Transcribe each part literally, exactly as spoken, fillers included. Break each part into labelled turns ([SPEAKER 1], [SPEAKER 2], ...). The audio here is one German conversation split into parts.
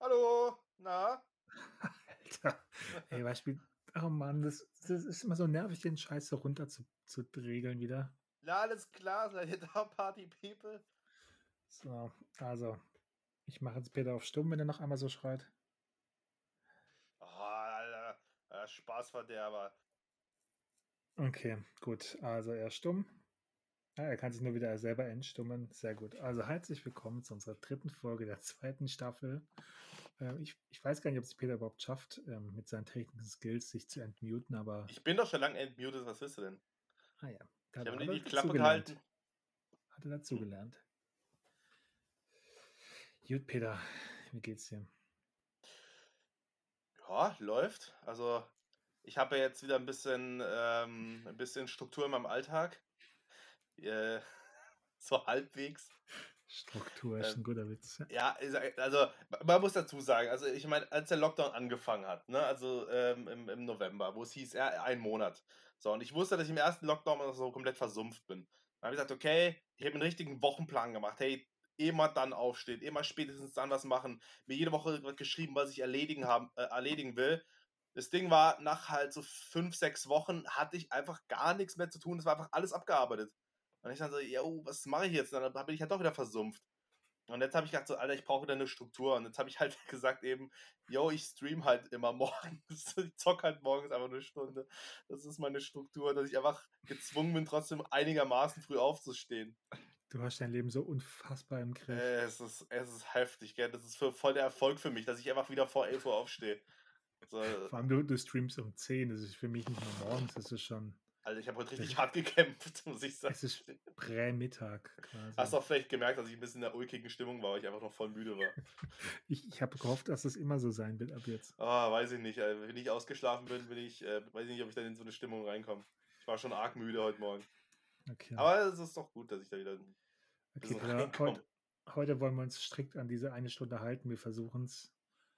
[SPEAKER 1] Hallo, na?
[SPEAKER 2] Alter, ey, Beispiel oh Mann, das das ist immer so nervig, den Scheiß so runter zu zu regeln wieder.
[SPEAKER 1] Na, alles klar, seid ihr da, Party People?
[SPEAKER 2] So, also, ich mache jetzt Peter auf stumm, wenn er noch einmal so schreit.
[SPEAKER 1] Oh, Alter, äh, Spaßverderber.
[SPEAKER 2] Okay, gut, also er ist stumm. Ah, er kann sich nur wieder selber entstummen. Sehr gut. Also, herzlich willkommen zu unserer dritten Folge der zweiten Staffel. Äh, ich ich weiß gar nicht, ob es Peter überhaupt schafft, ähm, mit seinen technischen Skills sich zu entmuten, aber
[SPEAKER 1] Ich bin doch schon lange entmutet, was willst du denn?
[SPEAKER 2] ah ja, da
[SPEAKER 1] Ich habe
[SPEAKER 2] hat
[SPEAKER 1] nur
[SPEAKER 2] er
[SPEAKER 1] die Klappe
[SPEAKER 2] dazugelernt.
[SPEAKER 1] gehalten.
[SPEAKER 2] Hat er
[SPEAKER 1] Hm.
[SPEAKER 2] dazugelernt. Gut, Peter, wie geht's dir?
[SPEAKER 1] Ja, läuft. Also, ich habe ja jetzt wieder ein bisschen, ähm, ein bisschen Struktur in meinem Alltag. Äh, so halbwegs.
[SPEAKER 2] Struktur ist
[SPEAKER 1] Ähm,
[SPEAKER 2] ein guter Witz. Ja.
[SPEAKER 1] ja, ich sag- also man muss dazu sagen, also ich meine, als der Lockdown angefangen hat, ne, also ähm, im, im November, wo es hieß, ja, ein Monat. So, und ich wusste, dass ich im ersten Lockdown so komplett versumpft bin. Dann habe ich gesagt, okay, ich habe einen richtigen Wochenplan gemacht. Hey, immer dann aufstehen, immer spätestens dann was machen. Mir jede Woche wird geschrieben, was ich erledigen haben, äh, erledigen will. Das Ding war, nach halt so fünf, sechs Wochen hatte ich einfach gar nichts mehr zu tun. Es war einfach alles abgearbeitet. Und ich dann so, yo, was mache ich jetzt? Und dann bin ich halt doch wieder versumpft. Und jetzt habe ich gedacht so: „Alter, ich brauche wieder 'ne Struktur.“ Und jetzt habe ich halt gesagt eben: „Jo, ich streame halt immer morgens. Ich zocke halt morgens einfach 'ne Stunde.“ Das ist meine Struktur, dass ich einfach gezwungen bin, trotzdem einigermaßen früh aufzustehen.
[SPEAKER 2] Du hast dein Leben so unfassbar im Griff.
[SPEAKER 1] Äh, es ist es ist heftig, gell? Das ist für voll der Erfolg für mich, dass ich einfach wieder vor elf Uhr aufstehe. So,
[SPEAKER 2] Vor allem du du streamst um zehn. Das ist für mich nicht mal morgens, das ist schon
[SPEAKER 1] Alter, ich habe heute richtig
[SPEAKER 2] das
[SPEAKER 1] hart gekämpft, muss ich sagen.
[SPEAKER 2] es ist Prämittag
[SPEAKER 1] Hast
[SPEAKER 2] quasi.
[SPEAKER 1] du auch vielleicht gemerkt, dass ich 'n bisschen in 'ner ulkigen Stimmung war, weil ich einfach noch voll müde war.
[SPEAKER 2] Ich ich habe gehofft, dass es immer so sein wird ab jetzt.
[SPEAKER 1] Ah, weiß ich nicht. Äh, wenn ich ausgeschlafen bin, bin ich äh, weiß ich nicht, ob ich dann in so 'ne Stimmung reinkomme. Ich war schon arg müde heute Morgen.
[SPEAKER 2] Okay.
[SPEAKER 1] Aber es ist doch gut, dass ich da wieder 'n
[SPEAKER 2] Okay,
[SPEAKER 1] bisschen
[SPEAKER 2] Peter, heut
[SPEAKER 1] reinkomme.
[SPEAKER 2] heute wollen wir uns strikt an diese eine Stunde halten. Wir versuchen's,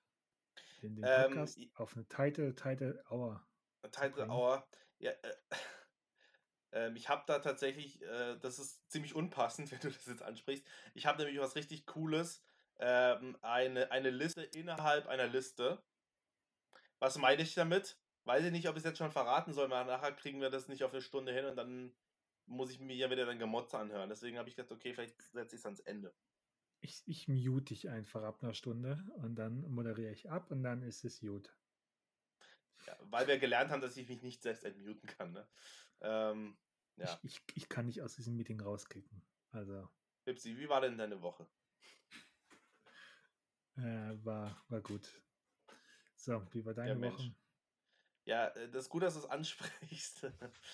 [SPEAKER 2] den den
[SPEAKER 1] Ähm,
[SPEAKER 2] Podcast
[SPEAKER 1] i
[SPEAKER 2] auf 'ne tighte tighte Hour zu
[SPEAKER 1] Title
[SPEAKER 2] bringen.
[SPEAKER 1] Hour, ja, äh, ähm, ich habe da tatsächlich äh, das ist ziemlich unpassend, wenn du das jetzt ansprichst. Ich habe nämlich was richtig Cooles, ähm, eine eine Liste innerhalb einer Liste. Was meine ich damit? Weiß ich nicht, ob ich's jetzt schon verraten soll, weil nachher kriegen wir das nicht auf 'ne Stunde hin und dann muss ich mir ja wieder dein Gemotze anhören. Deswegen habe ich gedacht: „Okay, vielleicht setze ich's ans Ende.“
[SPEAKER 2] Ich ich mute dich einfach ab 'ner Stunde und dann moderiere ich ab und dann ist es gut.
[SPEAKER 1] Ja, weil wir gelernt haben, dass ich mich nicht selbst entmuten kann, ne? Ähm,
[SPEAKER 2] Ich
[SPEAKER 1] ja.
[SPEAKER 2] ich ich kann dich aus diesem Meeting rauskicken. Also,
[SPEAKER 1] Bibsi, wie war denn deine Woche?
[SPEAKER 2] äh, war war gut. So, wie war
[SPEAKER 1] Ja,
[SPEAKER 2] deine Woche?
[SPEAKER 1] Mensch. Ja, äh, das ist gut, dass du's ansprichst.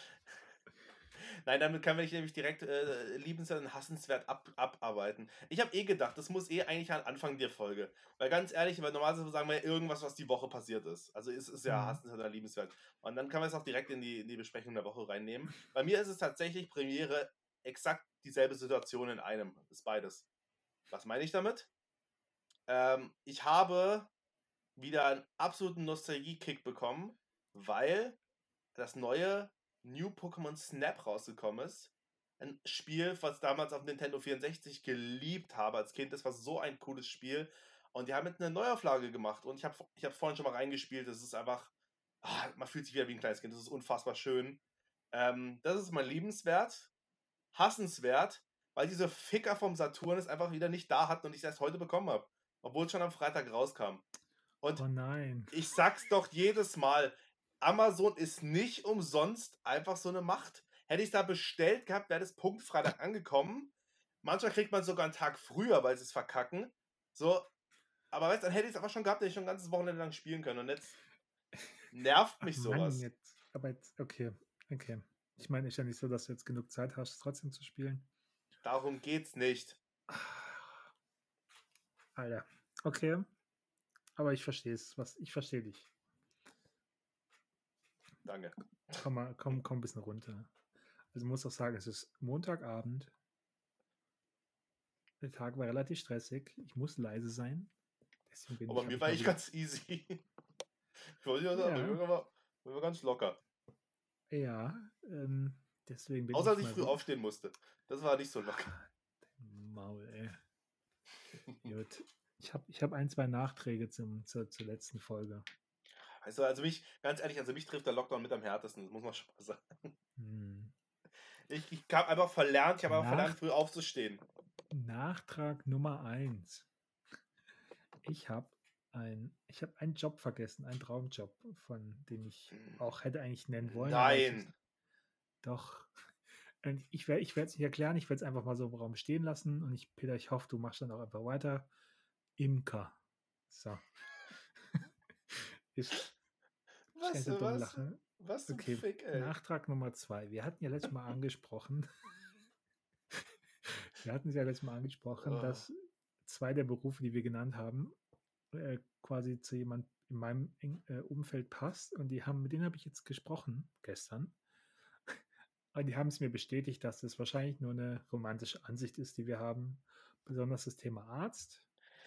[SPEAKER 1] Nein, damit können wir dich nämlich direkt, äh, liebenswert und hassenswert ab abarbeiten. Ich habe eh gedacht, das muss eh eigentlich an Anfang der Folge. Weil ganz ehrlich, weil normalerweise sagen wir ja irgendwas, was die Woche passiert ist. Also es ist ja
[SPEAKER 2] Mhm.
[SPEAKER 1] hassenswert oder liebenswert. Und dann können wir es auch direkt in die in die Besprechung der Woche reinnehmen. Bei mir ist es tatsächlich Premiere exakt dieselbe Situation in einem. Ist beides. Was meine ich damit? Ähm, ich habe wieder einen absoluten Nostalgie-Kick bekommen, weil das neue New Pokémon Snap rausgekommen ist. Ein Spiel, was damals auf Nintendo vierundsechzig geliebt habe als Kind. Das war so ein cooles Spiel. Und die haben jetzt eine Neuauflage gemacht. Und ich habe ich habe vorhin schon mal reingespielt. Das ist einfach, ah, man fühlt sich wieder wie ein kleines Kind. Das ist unfassbar schön. Ähm, das ist mein liebenswert. Hassenswert, weil diese Ficker vom Saturn es einfach wieder nicht da hatten und ich es erst heute bekommen habe. Obwohl es schon am Freitag rauskam.
[SPEAKER 2] Oh
[SPEAKER 1] Und
[SPEAKER 2] nein.
[SPEAKER 1] ich sag's doch jedes Mal, Amazon ist nicht umsonst einfach so 'ne Macht. Hätte ich's da bestellt gehabt, wäre das Punkt Freitag angekommen. Manchmal kriegt man's sogar 'n Tag früher, weil sie's verkacken. So, aber weißt du, dann hätte ich's aber schon gehabt, hätte ich schon 'n ganzes Wochenende lang spielen können und jetzt nervt
[SPEAKER 2] Ach
[SPEAKER 1] mich so
[SPEAKER 2] Mann,
[SPEAKER 1] was.
[SPEAKER 2] jetzt aber jetzt okay, okay. Ich meine, ist ja nicht so, dass du jetzt genug Zeit hast, es trotzdem zu spielen.
[SPEAKER 1] Darum geht's nicht.
[SPEAKER 2] Ah, Alter, okay, aber ich verstehe es, was ich verstehe dich.
[SPEAKER 1] Danke.
[SPEAKER 2] Komm mal komm komm 'n bisschen runter. Also, muss auch sagen, es ist Montagabend. Der Tag war relativ stressig. Ich muss leise sein. Deswegen bin
[SPEAKER 1] Aber
[SPEAKER 2] ich
[SPEAKER 1] bei
[SPEAKER 2] habe
[SPEAKER 1] mir
[SPEAKER 2] ich
[SPEAKER 1] war
[SPEAKER 2] mal
[SPEAKER 1] echt
[SPEAKER 2] wieder
[SPEAKER 1] ganz easy. Ich wollte ja sagen, bei
[SPEAKER 2] ja,
[SPEAKER 1] mir war bei mir war ganz locker.
[SPEAKER 2] ja, ähm, deswegen bin
[SPEAKER 1] Außer, dass
[SPEAKER 2] ich
[SPEAKER 1] ich
[SPEAKER 2] mal
[SPEAKER 1] früh
[SPEAKER 2] wieder
[SPEAKER 1] aufstehen musste. Das war nicht so locker.
[SPEAKER 2] Maul, ey. Gut. Ich habe ich hab ein, zwei Nachträge zum, zur, zur letzten Folge.
[SPEAKER 1] Also, also mich, ganz ehrlich, also mich trifft der Lockdown mit am härtesten, das muss man schon mal sagen.
[SPEAKER 2] Hm.
[SPEAKER 1] Ich, ich habe einfach verlernt, ich habe einfach
[SPEAKER 2] Nach,
[SPEAKER 1] verlernt, früh aufzustehen.
[SPEAKER 2] Nachtrag Nummer eins. Ich habe ein, ich habe einen Job vergessen, einen Traumjob, von dem ich auch hätte eigentlich nennen wollen. Aber ich,
[SPEAKER 1] Nein.
[SPEAKER 2] doch. Und ich werde ich es nicht erklären, ich werde es einfach mal so im Raum stehen lassen. Und ich, Peter, ich hoffe, du machst dann auch einfach weiter. Imker. So. Ich
[SPEAKER 1] Was,
[SPEAKER 2] kann so dumm
[SPEAKER 1] was,
[SPEAKER 2] lachen.
[SPEAKER 1] was zum
[SPEAKER 2] Okay,
[SPEAKER 1] Fick, ey.
[SPEAKER 2] Nachtrag Nummer zwei. Wir hatten ja letztes Mal angesprochen, wir hatten es ja letztes Mal angesprochen,
[SPEAKER 1] Oh.
[SPEAKER 2] dass zwei der Berufe, die wir genannt haben, äh, quasi zu jemand in meinem äh, Umfeld passt. Und die haben, mit denen habe ich jetzt gesprochen gestern. Und die haben es mir bestätigt, dass das wahrscheinlich nur eine romantische Ansicht ist, die wir haben. Besonders das Thema Arzt.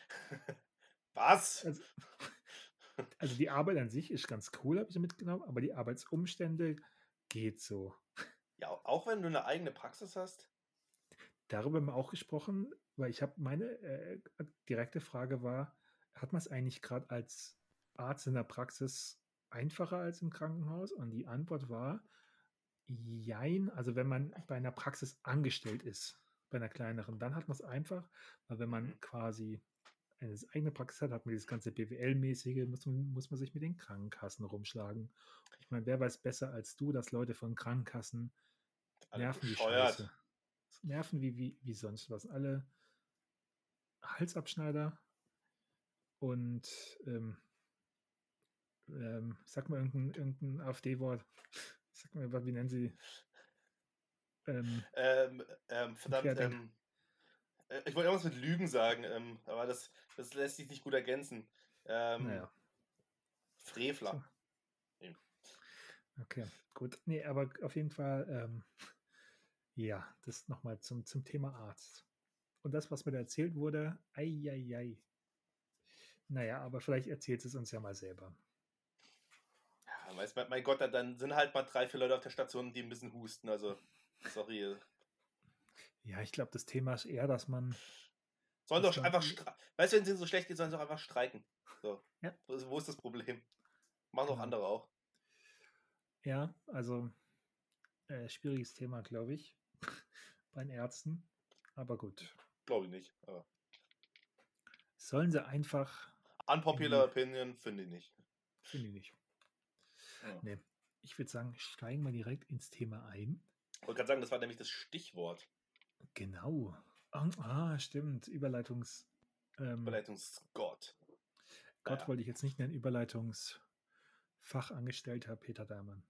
[SPEAKER 1] Was?
[SPEAKER 2] Also, also die Arbeit an sich ist ganz cool, habe ich mitgenommen, aber die Arbeitsumstände geht so.
[SPEAKER 1] Ja, auch wenn du eine eigene Praxis hast?
[SPEAKER 2] Darüber haben wir auch gesprochen, weil ich habe meine äh, direkte Frage war, hat man es eigentlich gerade als Arzt in der Praxis einfacher als im Krankenhaus? Und die Antwort war, jein, also wenn man bei einer Praxis angestellt ist, bei einer kleineren, dann hat man es einfach, weil wenn man
[SPEAKER 1] Mhm.
[SPEAKER 2] quasi eine eigene Praxis hat, hat man dieses ganze B W L-mäßige, muss man, muss man sich mit den Krankenkassen rumschlagen. Ich meine, wer weiß besser als du, dass Leute von Krankenkassen
[SPEAKER 1] Alle
[SPEAKER 2] nerven wie
[SPEAKER 1] bescheuert.
[SPEAKER 2] Scheiße. Nerven wie, wie, wie sonst was. Alle Halsabschneider und ähm, ähm, sag mal irgendein, irgendein AfD-Wort. Sag mal, wie nennen sie? Ähm,
[SPEAKER 1] Ähm, ähm, verdammt,
[SPEAKER 2] Querdenker.
[SPEAKER 1] ähm, äh, ich wollte irgendwas mit Lügen sagen, ähm, aber das, das lässt sich nicht gut ergänzen. Ähm,
[SPEAKER 2] Naja.
[SPEAKER 1] Frevler.
[SPEAKER 2] So.
[SPEAKER 1] Nee.
[SPEAKER 2] Okay, gut. Nee, aber auf jeden Fall, ähm, ja, das nochmal zum, zum Thema Arzt. Und das, was mir da erzählt wurde, ei, ei, ei. Naja, aber vielleicht erzählt es uns ja mal selber.
[SPEAKER 1] Ja, weiß, mein, mein Gott, dann- dann sind halt mal drei, vier Leute auf der Station, die ein bisschen husten. Also, sorry.
[SPEAKER 2] Ja, ich glaube, das Thema ist eher, dass man,
[SPEAKER 1] Sollen
[SPEAKER 2] dass
[SPEAKER 1] doch
[SPEAKER 2] man,
[SPEAKER 1] einfach streiken. Weißt du, wenn es ihnen so schlecht geht, sollen sie doch einfach streiken. So.
[SPEAKER 2] ja,
[SPEAKER 1] Wo ist, wo ist das Problem? Machen doch
[SPEAKER 2] genau.
[SPEAKER 1] andere auch.
[SPEAKER 2] Ja, also äh, schwieriges Thema, glaube ich, bei den Ärzten. Aber gut.
[SPEAKER 1] Glaube ich nicht. Aber
[SPEAKER 2] Sollen sie einfach in
[SPEAKER 1] unpopular
[SPEAKER 2] die,
[SPEAKER 1] Opinion finde ich nicht.
[SPEAKER 2] finde ich nicht.
[SPEAKER 1] Ja.
[SPEAKER 2] Nee, ich würde sagen, steigen wir direkt ins Thema ein.
[SPEAKER 1] Ich wollte gerade sagen, das war nämlich das Stichwort.
[SPEAKER 2] Genau. Ah, ah, stimmt. Überleitungs. Ähm,
[SPEAKER 1] Überleitungsgott.
[SPEAKER 2] Gott
[SPEAKER 1] Naja.
[SPEAKER 2] wollte ich jetzt nicht nennen, Überleitungsfachangestellter Peter Dahmann.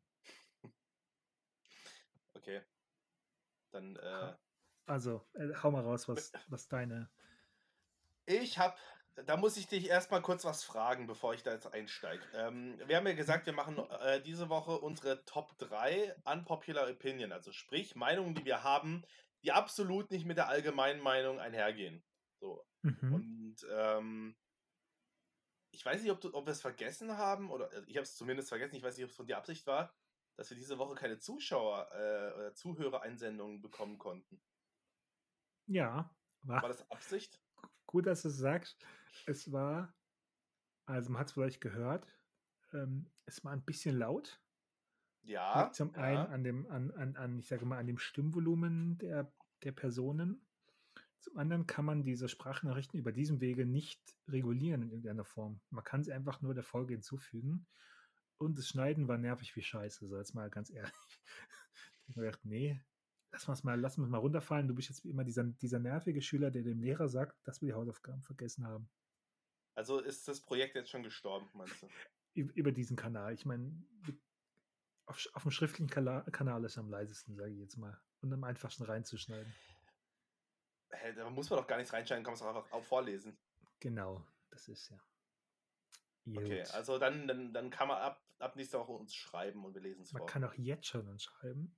[SPEAKER 1] Okay. Dann, äh,
[SPEAKER 2] Also, äh, hau mal raus, was, was deine.
[SPEAKER 1] ich habe, da muss ich dich erstmal kurz was fragen, bevor ich da jetzt einsteige. Ähm, wir haben ja gesagt, wir machen äh, diese Woche unsere Top drei Unpopular Opinion, also sprich Meinungen, die wir haben, die absolut nicht mit der allgemeinen Meinung einhergehen. So.
[SPEAKER 2] Mhm.
[SPEAKER 1] Und ähm, ich weiß nicht, ob, du, ob wir es vergessen haben, oder äh, ich habe es zumindest vergessen, ich weiß nicht, ob es von dir Absicht war, dass wir diese Woche keine Zuschauer äh, oder Zuhörereinsendungen bekommen konnten.
[SPEAKER 2] Ja, war,
[SPEAKER 1] War das Absicht?
[SPEAKER 2] gut, dass du es sagst. Es war, also man hat es vielleicht gehört, ähm, es war ein bisschen laut.
[SPEAKER 1] Ja,
[SPEAKER 2] Liegt zum einen
[SPEAKER 1] ja.
[SPEAKER 2] an dem, an, an, an, ich sage mal, an dem Stimmvolumen der, der Personen. Zum anderen kann man diese Sprachnachrichten über diesem Wege nicht regulieren in irgendeiner Form. Man kann sie einfach nur der Folge hinzufügen. Und das Schneiden war nervig wie Scheiße, so jetzt mal ganz ehrlich. Ich habe mir gedacht, nee, lass uns mal, lass uns mal runterfallen. Du bist jetzt wie immer dieser, dieser nervige Schüler, der dem Lehrer sagt, dass wir die Hausaufgaben vergessen haben.
[SPEAKER 1] Also ist das Projekt jetzt schon gestorben, meinst du?
[SPEAKER 2] Über, über diesen Kanal. Ich meine, auf, auf dem schriftlichen Kanal, Kanal ist am leisesten, sage ich jetzt mal. Und am einfachsten reinzuschneiden.
[SPEAKER 1] Hä, da muss man doch gar nichts reinschneiden, kann man es auch einfach auch vorlesen.
[SPEAKER 2] Genau, das ist ja.
[SPEAKER 1] Okay,
[SPEAKER 2] Gut.
[SPEAKER 1] also dann, dann, dann kann man ab, ab nächster Woche uns schreiben und wir lesen es
[SPEAKER 2] Man
[SPEAKER 1] vor.
[SPEAKER 2] kann auch jetzt schon uns schreiben.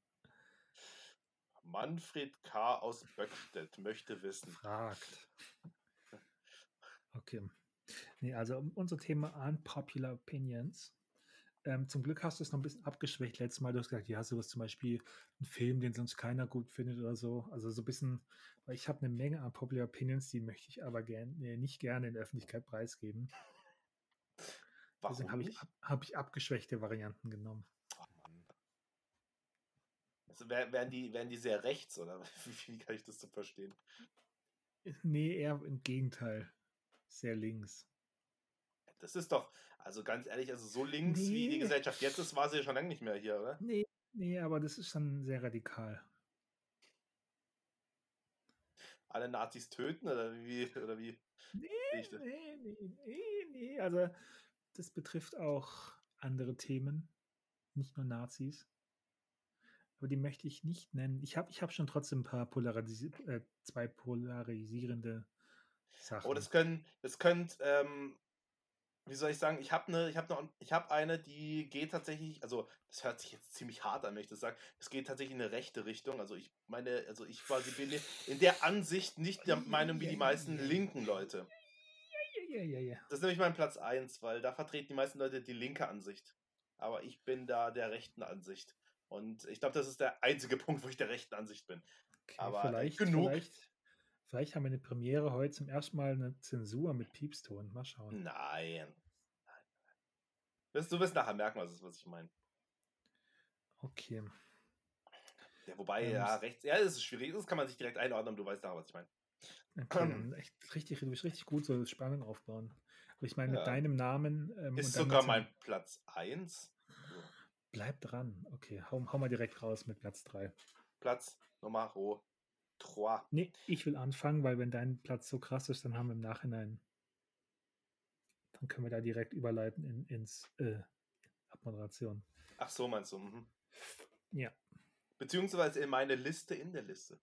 [SPEAKER 1] Manfred K. aus Böckstedt möchte wissen.
[SPEAKER 2] Fragt. Okay. Nee, also unser Thema Unpopular Opinions. ähm, zum Glück hast du es noch ein bisschen abgeschwächt letztes Mal. Du hast gesagt, ja, sowas zum Beispiel ein Film, den sonst keiner gut findet oder so. Also so ein bisschen, weil ich habe eine Menge an Popular Opinions, die möchte ich aber gern, nee, nicht gerne in der Öffentlichkeit preisgeben. Deswegen
[SPEAKER 1] Warum
[SPEAKER 2] habe ich,
[SPEAKER 1] nicht?
[SPEAKER 2] ab, hab ich abgeschwächte Varianten genommen.
[SPEAKER 1] Oh Mann. Also wär- wären die, wären die sehr rechts, oder wie, wie kann ich das so verstehen?
[SPEAKER 2] Nee, eher im Gegenteil. Sehr links.
[SPEAKER 1] Das ist doch, also ganz ehrlich, also so links wie die
[SPEAKER 2] Nee,
[SPEAKER 1] Gesellschaft jetzt ist, war sie ja schon lange nicht mehr hier, oder?
[SPEAKER 2] nee, nee, aber das ist schon sehr radikal.
[SPEAKER 1] Alle Nazis töten oder wie, oder wie
[SPEAKER 2] Nee,
[SPEAKER 1] sehe ich das?
[SPEAKER 2] nee, nee, nee, nee. Also das betrifft auch andere Themen, nicht nur Nazis. Aber die möchte ich nicht nennen. Ich habe ich hab schon trotzdem ein paar polarisi äh, zwei polarisierende
[SPEAKER 1] Aber
[SPEAKER 2] Sachen.
[SPEAKER 1] das können, das könnt, ähm, wie soll ich sagen, ich habe eine, ich habe noch, ich habe eine, die geht tatsächlich, also das hört sich jetzt ziemlich hart an, wenn ich das sage, es geht tatsächlich in eine rechte Richtung. Also ich meine, also ich quasi bin in der Ansicht nicht der Meinung wie die meisten linken Leute.
[SPEAKER 2] Ja, ja, ja, ja.
[SPEAKER 1] Das ist nämlich mein Platz eins, weil da vertreten die meisten Leute die linke Ansicht. Aber ich bin da der rechten Ansicht. Und ich glaube, das ist der einzige Punkt, wo ich der rechten Ansicht bin.
[SPEAKER 2] Okay,
[SPEAKER 1] Aber äh,
[SPEAKER 2] vielleicht,
[SPEAKER 1] genug.
[SPEAKER 2] vielleicht, vielleicht haben wir eine Premiere heute zum ersten Mal eine Zensur mit Piepston. Mal schauen.
[SPEAKER 1] Nein. Wirst, du wirst nachher merken, was, ist, was ich meine.
[SPEAKER 2] Okay.
[SPEAKER 1] Ja, wobei,
[SPEAKER 2] Ähm,
[SPEAKER 1] ja, rechts, ja, das ist schwierig. Das kann man sich direkt einordnen, du weißt nachher, was ich meine.
[SPEAKER 2] okay, dann echt richtig, du bist richtig gut so Spannung aufbauen. Aber ich meine, mit
[SPEAKER 1] Ja.
[SPEAKER 2] deinem Namen ähm,
[SPEAKER 1] Ist
[SPEAKER 2] und dann
[SPEAKER 1] sogar
[SPEAKER 2] mit
[SPEAKER 1] mein Platz eins. Also,
[SPEAKER 2] bleib dran. Okay, hau, hau mal direkt raus mit Platz drei.
[SPEAKER 1] Platz Nummer drei.
[SPEAKER 2] Nee, ich will anfangen, weil wenn dein Platz so krass ist, dann haben wir im Nachhinein, dann können wir da direkt überleiten in, ins äh, Abmoderation.
[SPEAKER 1] Ach so, meinst du? Mhm.
[SPEAKER 2] Ja.
[SPEAKER 1] Beziehungsweise in meine Liste in der Liste.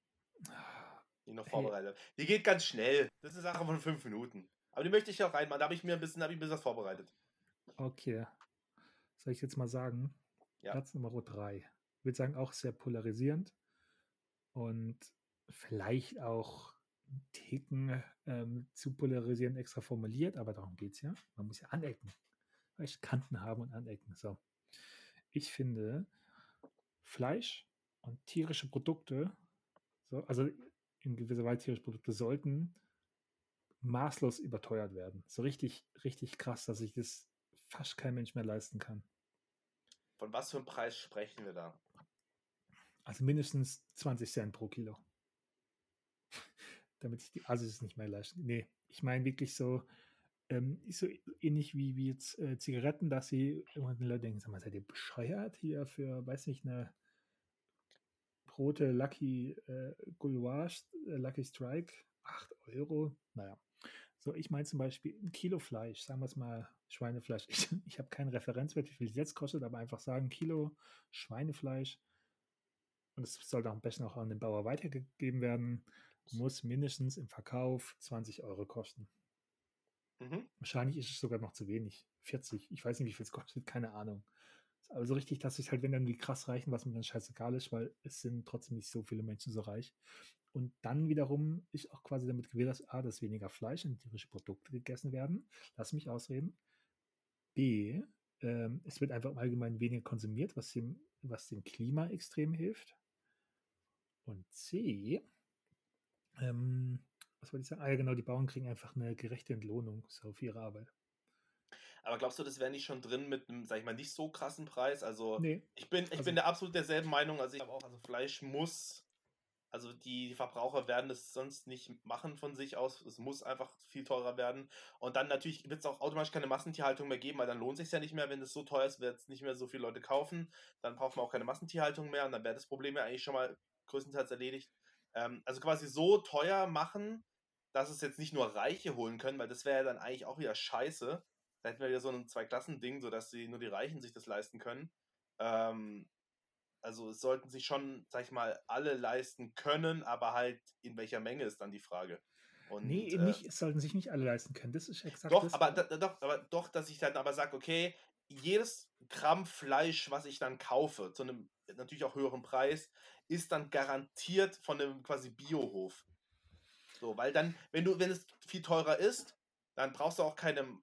[SPEAKER 1] Die noch
[SPEAKER 2] Hey.
[SPEAKER 1] vorbereitet. Die geht ganz schnell. Das ist eine Sache von fünf Minuten. Aber die möchte ich auch reinmachen. Da habe ich mir ein bisschen, habe ich ein bisschen was vorbereitet.
[SPEAKER 2] Okay. Soll ich jetzt mal sagen?
[SPEAKER 1] Ja.
[SPEAKER 2] Platz Nummer drei. Ich würde sagen, auch sehr polarisierend und vielleicht auch einen Ticken ähm, zu polarisierend extra formuliert, aber darum geht es ja. Man muss ja anecken. Vielleicht Kanten haben und anecken. So. Ich finde, Fleisch und tierische Produkte, so, also in gewisser Weise tierische Produkte sollten maßlos überteuert werden. So richtig, richtig krass, dass sich das fast kein Mensch mehr leisten kann.
[SPEAKER 1] Von was für einem Preis sprechen wir da?
[SPEAKER 2] Also mindestens zwanzig Cent pro Kilo. Damit ich die Assis nicht mehr leisten. Nee, ich meine wirklich so, ähm, so ähnlich wie, wie jetzt äh, Zigaretten, dass sie irgendwann die Leute denken, sag mal, seid ihr bescheuert hier für, weiß nicht, eine rote Lucky äh, Gouloise, äh, Lucky Strike, acht Euro. Naja. So, ich meine zum Beispiel ein Kilo Fleisch, sagen wir es mal Schweinefleisch. Ich, ich habe keinen Referenzwert, wie viel es jetzt kostet, aber einfach sagen, Kilo Schweinefleisch, und es sollte am besten auch an den Bauer weitergegeben werden, muss mindestens im Verkauf zwanzig Euro kosten.
[SPEAKER 1] Mhm.
[SPEAKER 2] Wahrscheinlich ist es sogar noch zu wenig. vierzig. Ich weiß nicht, wie viel es kostet, keine Ahnung. Aber so richtig, dass ich halt, wenn dann die krass reichen, was mir dann scheißegal ist, weil es sind trotzdem nicht so viele Menschen so reich. Und dann wiederum ist auch quasi damit gewährleistet, A, dass weniger Fleisch und tierische Produkte gegessen werden. Lass mich ausreden. B, ähm, es wird einfach im Allgemeinen weniger konsumiert, was dem, was dem Klima extrem hilft. Und C, ähm, was wollte ich sagen? Ah ja, genau, die Bauern kriegen einfach eine gerechte Entlohnung so für ihre Arbeit.
[SPEAKER 1] Aber glaubst du, das wäre nicht schon drin mit einem, sag ich mal, nicht so krassen Preis? Also
[SPEAKER 2] Nee.
[SPEAKER 1] ich bin, ich
[SPEAKER 2] Also,
[SPEAKER 1] bin der absolut derselben Meinung. Also ich habe auch, also Fleisch muss, also die Verbraucher werden es sonst nicht machen von sich aus. Es muss einfach viel teurer werden. Und dann natürlich wird es auch automatisch keine Massentierhaltung mehr geben, weil dann lohnt es sich ja nicht mehr, wenn es so teuer ist, wird es nicht mehr so viele Leute kaufen. Dann braucht man auch keine Massentierhaltung mehr und dann wäre das Problem ja eigentlich schon mal größtenteils erledigt. Ähm, also quasi so teuer machen, dass es jetzt nicht nur Reiche holen können, weil das wäre ja dann eigentlich auch wieder scheiße. Da hätten wir wieder so ein Zwei-Klassen-Ding, sodass die, nur die Reichen sich das leisten können. Ähm, also es sollten sich schon, sag ich mal, alle leisten können, aber halt in welcher Menge ist dann die Frage. Und
[SPEAKER 2] nee,
[SPEAKER 1] äh,
[SPEAKER 2] nicht, es sollten sich nicht alle leisten können. Das ist exakt
[SPEAKER 1] doch,
[SPEAKER 2] das.
[SPEAKER 1] aber da, doch, aber doch, dass ich dann aber sage, okay, jedes Gramm Fleisch, was ich dann kaufe, zu einem natürlich auch höheren Preis, ist dann garantiert von einem quasi Biohof. So, weil dann, wenn du, wenn es viel teurer ist, dann brauchst du auch keine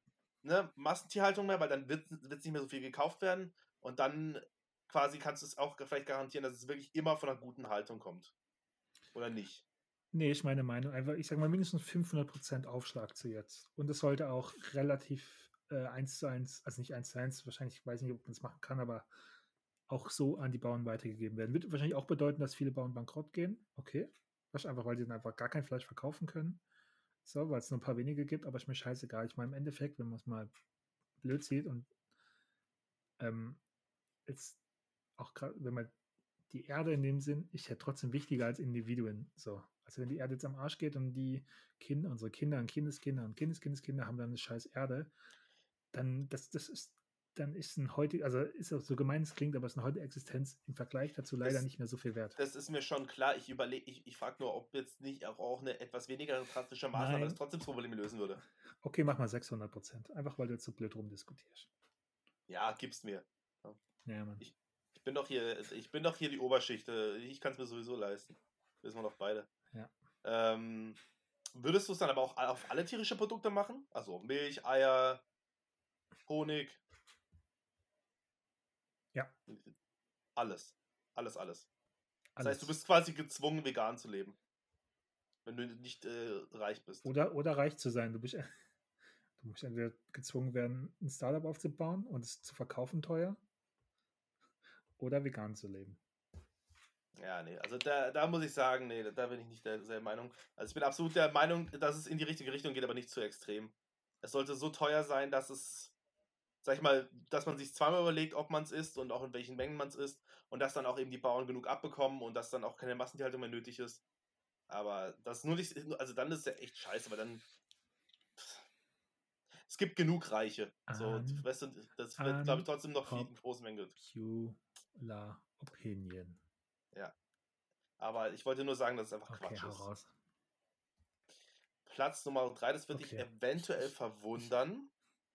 [SPEAKER 1] ne, Massentierhaltung mehr, weil dann wird es nicht mehr so viel gekauft werden und dann quasi kannst du es auch vielleicht garantieren, dass es wirklich immer von einer guten Haltung kommt. Oder nicht?
[SPEAKER 2] Nee, ich meine Meinung. Einfach, ich sage mal, mindestens fünfhundert Prozent Aufschlag zu jetzt. Und es sollte auch relativ äh, eins zu eins, also nicht eins zu eins, wahrscheinlich, ich weiß nicht, ob man es machen kann, aber auch so an die Bauern weitergegeben werden. Wird wahrscheinlich auch bedeuten, dass viele Bauern bankrott gehen. Okay. Wahrscheinlich einfach, weil die dann einfach gar kein Fleisch verkaufen können. So, weil es nur ein paar wenige gibt, aber ist mir scheißegal. Ich meine, im Endeffekt, wenn man es mal blöd sieht und ähm, jetzt auch gerade, wenn man die Erde in dem Sinn ist ja trotzdem wichtiger als Individuen. So. Also wenn die Erde jetzt am Arsch geht und die Kinder, unsere Kinder und Kindeskinder und Kindeskindeskinder haben dann eine scheiß Erde, dann das, das ist, dann ist ein heute, also ist auch so gemein es klingt, aber ist eine heutige Existenz im Vergleich dazu leider
[SPEAKER 1] Das,
[SPEAKER 2] nicht mehr so viel wert.
[SPEAKER 1] das ist mir schon klar. Ich überlege, ich, ich frage nur, ob jetzt nicht auch, auch eine etwas weniger drastische Maßnahme das
[SPEAKER 2] Nein.
[SPEAKER 1] trotzdem das Problem lösen würde.
[SPEAKER 2] Okay, mach mal sechshundert Prozent. Einfach weil du jetzt so blöd rumdiskutierst.
[SPEAKER 1] Ja, gib's mir.
[SPEAKER 2] Ja, Mann.
[SPEAKER 1] Ich, ich bin doch hier, ich bin doch hier die Oberschicht. Ich kann es mir sowieso leisten. Wissen wir doch beide.
[SPEAKER 2] Ja.
[SPEAKER 1] Ähm, würdest du es dann aber auch auf alle tierische Produkte machen? Also Milch, Eier, Honig?
[SPEAKER 2] Ja.
[SPEAKER 1] Alles. Alles, alles. Das
[SPEAKER 2] Alles.
[SPEAKER 1] heißt, du bist quasi gezwungen, vegan zu leben. Wenn du nicht äh, reich bist.
[SPEAKER 2] Oder, oder reich zu sein. Du bist, du musst entweder gezwungen werden, ein Startup aufzubauen und es zu verkaufen teuer. Oder vegan zu leben.
[SPEAKER 1] Ja, nee, also da, da muss ich sagen, nee, da bin ich nicht derselben Meinung. Also ich bin absolut der Meinung, dass es in die richtige Richtung geht, aber nicht zu extrem. Es sollte so teuer sein, dass es, sag ich mal, dass man sich zweimal überlegt, ob man es isst und auch in welchen Mengen man es isst und dass dann auch eben die Bauern genug abbekommen und dass dann auch keine Massentierhaltung mehr nötig ist. Aber das nur nicht, also dann ist ja echt scheiße, weil dann es gibt genug Reiche. So,
[SPEAKER 2] Un,
[SPEAKER 1] weißt du, das wird, glaube ich, trotzdem noch viel in großen Mengen.
[SPEAKER 2] Popular Opinion.
[SPEAKER 1] Ja. Aber ich wollte nur sagen, dass es einfach
[SPEAKER 2] okay,
[SPEAKER 1] Quatsch
[SPEAKER 2] hau
[SPEAKER 1] ist.
[SPEAKER 2] Raus.
[SPEAKER 1] Platz Nummer drei, das wird
[SPEAKER 2] Okay.
[SPEAKER 1] dich eventuell verwundern.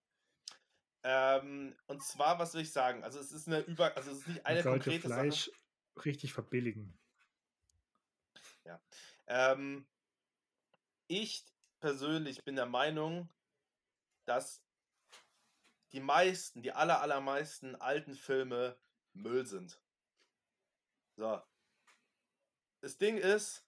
[SPEAKER 1] Ähm, und zwar, was will ich sagen? Also es ist eine über, also es ist nicht eine
[SPEAKER 2] Man sollte
[SPEAKER 1] konkrete
[SPEAKER 2] Fleisch
[SPEAKER 1] Sache.
[SPEAKER 2] richtig verbilligen.
[SPEAKER 1] Ja. Ähm, ich persönlich bin der Meinung, dass die meisten, die aller, allermeisten alten Filme Müll sind. So. Das Ding ist,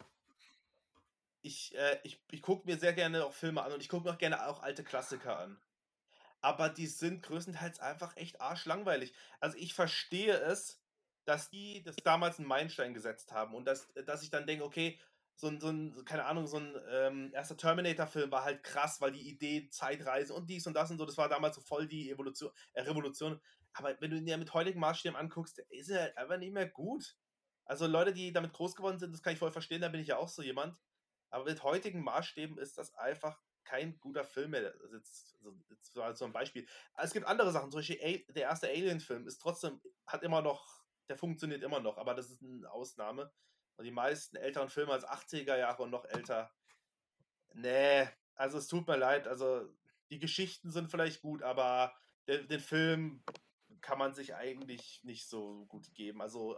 [SPEAKER 1] ich, äh, ich, ich gucke mir sehr gerne auch Filme an und ich gucke mir auch gerne auch alte Klassiker an. Aber die sind größtenteils einfach echt arschlangweilig. Also ich verstehe es, dass die das damals einen Meilenstein gesetzt haben und dass, dass ich dann denke, okay, so ein, so ein, keine Ahnung, so ein ähm, erster Terminator-Film war halt krass, weil die Idee, Zeitreise und dies und das und so, das war damals so voll die Evolution, äh, Revolution. Aber wenn du ihn ja mit heutigen Maßstäben anguckst, ist er halt einfach nicht mehr gut. Also Leute, die damit groß geworden sind, das kann ich voll verstehen, da bin ich ja auch so jemand. Aber mit heutigen Maßstäben ist das einfach kein guter Film mehr. Also jetzt, also jetzt war so ein Beispiel. Es gibt andere Sachen, zum Beispiel A der erste Alien-Film ist trotzdem, hat immer noch, der funktioniert immer noch, aber das ist eine Ausnahme. Und die meisten älteren Filme als achtziger Jahre und noch älter, nee, also es tut mir leid, also die Geschichten sind vielleicht gut, aber den, den Film kann man sich eigentlich nicht so gut geben. Also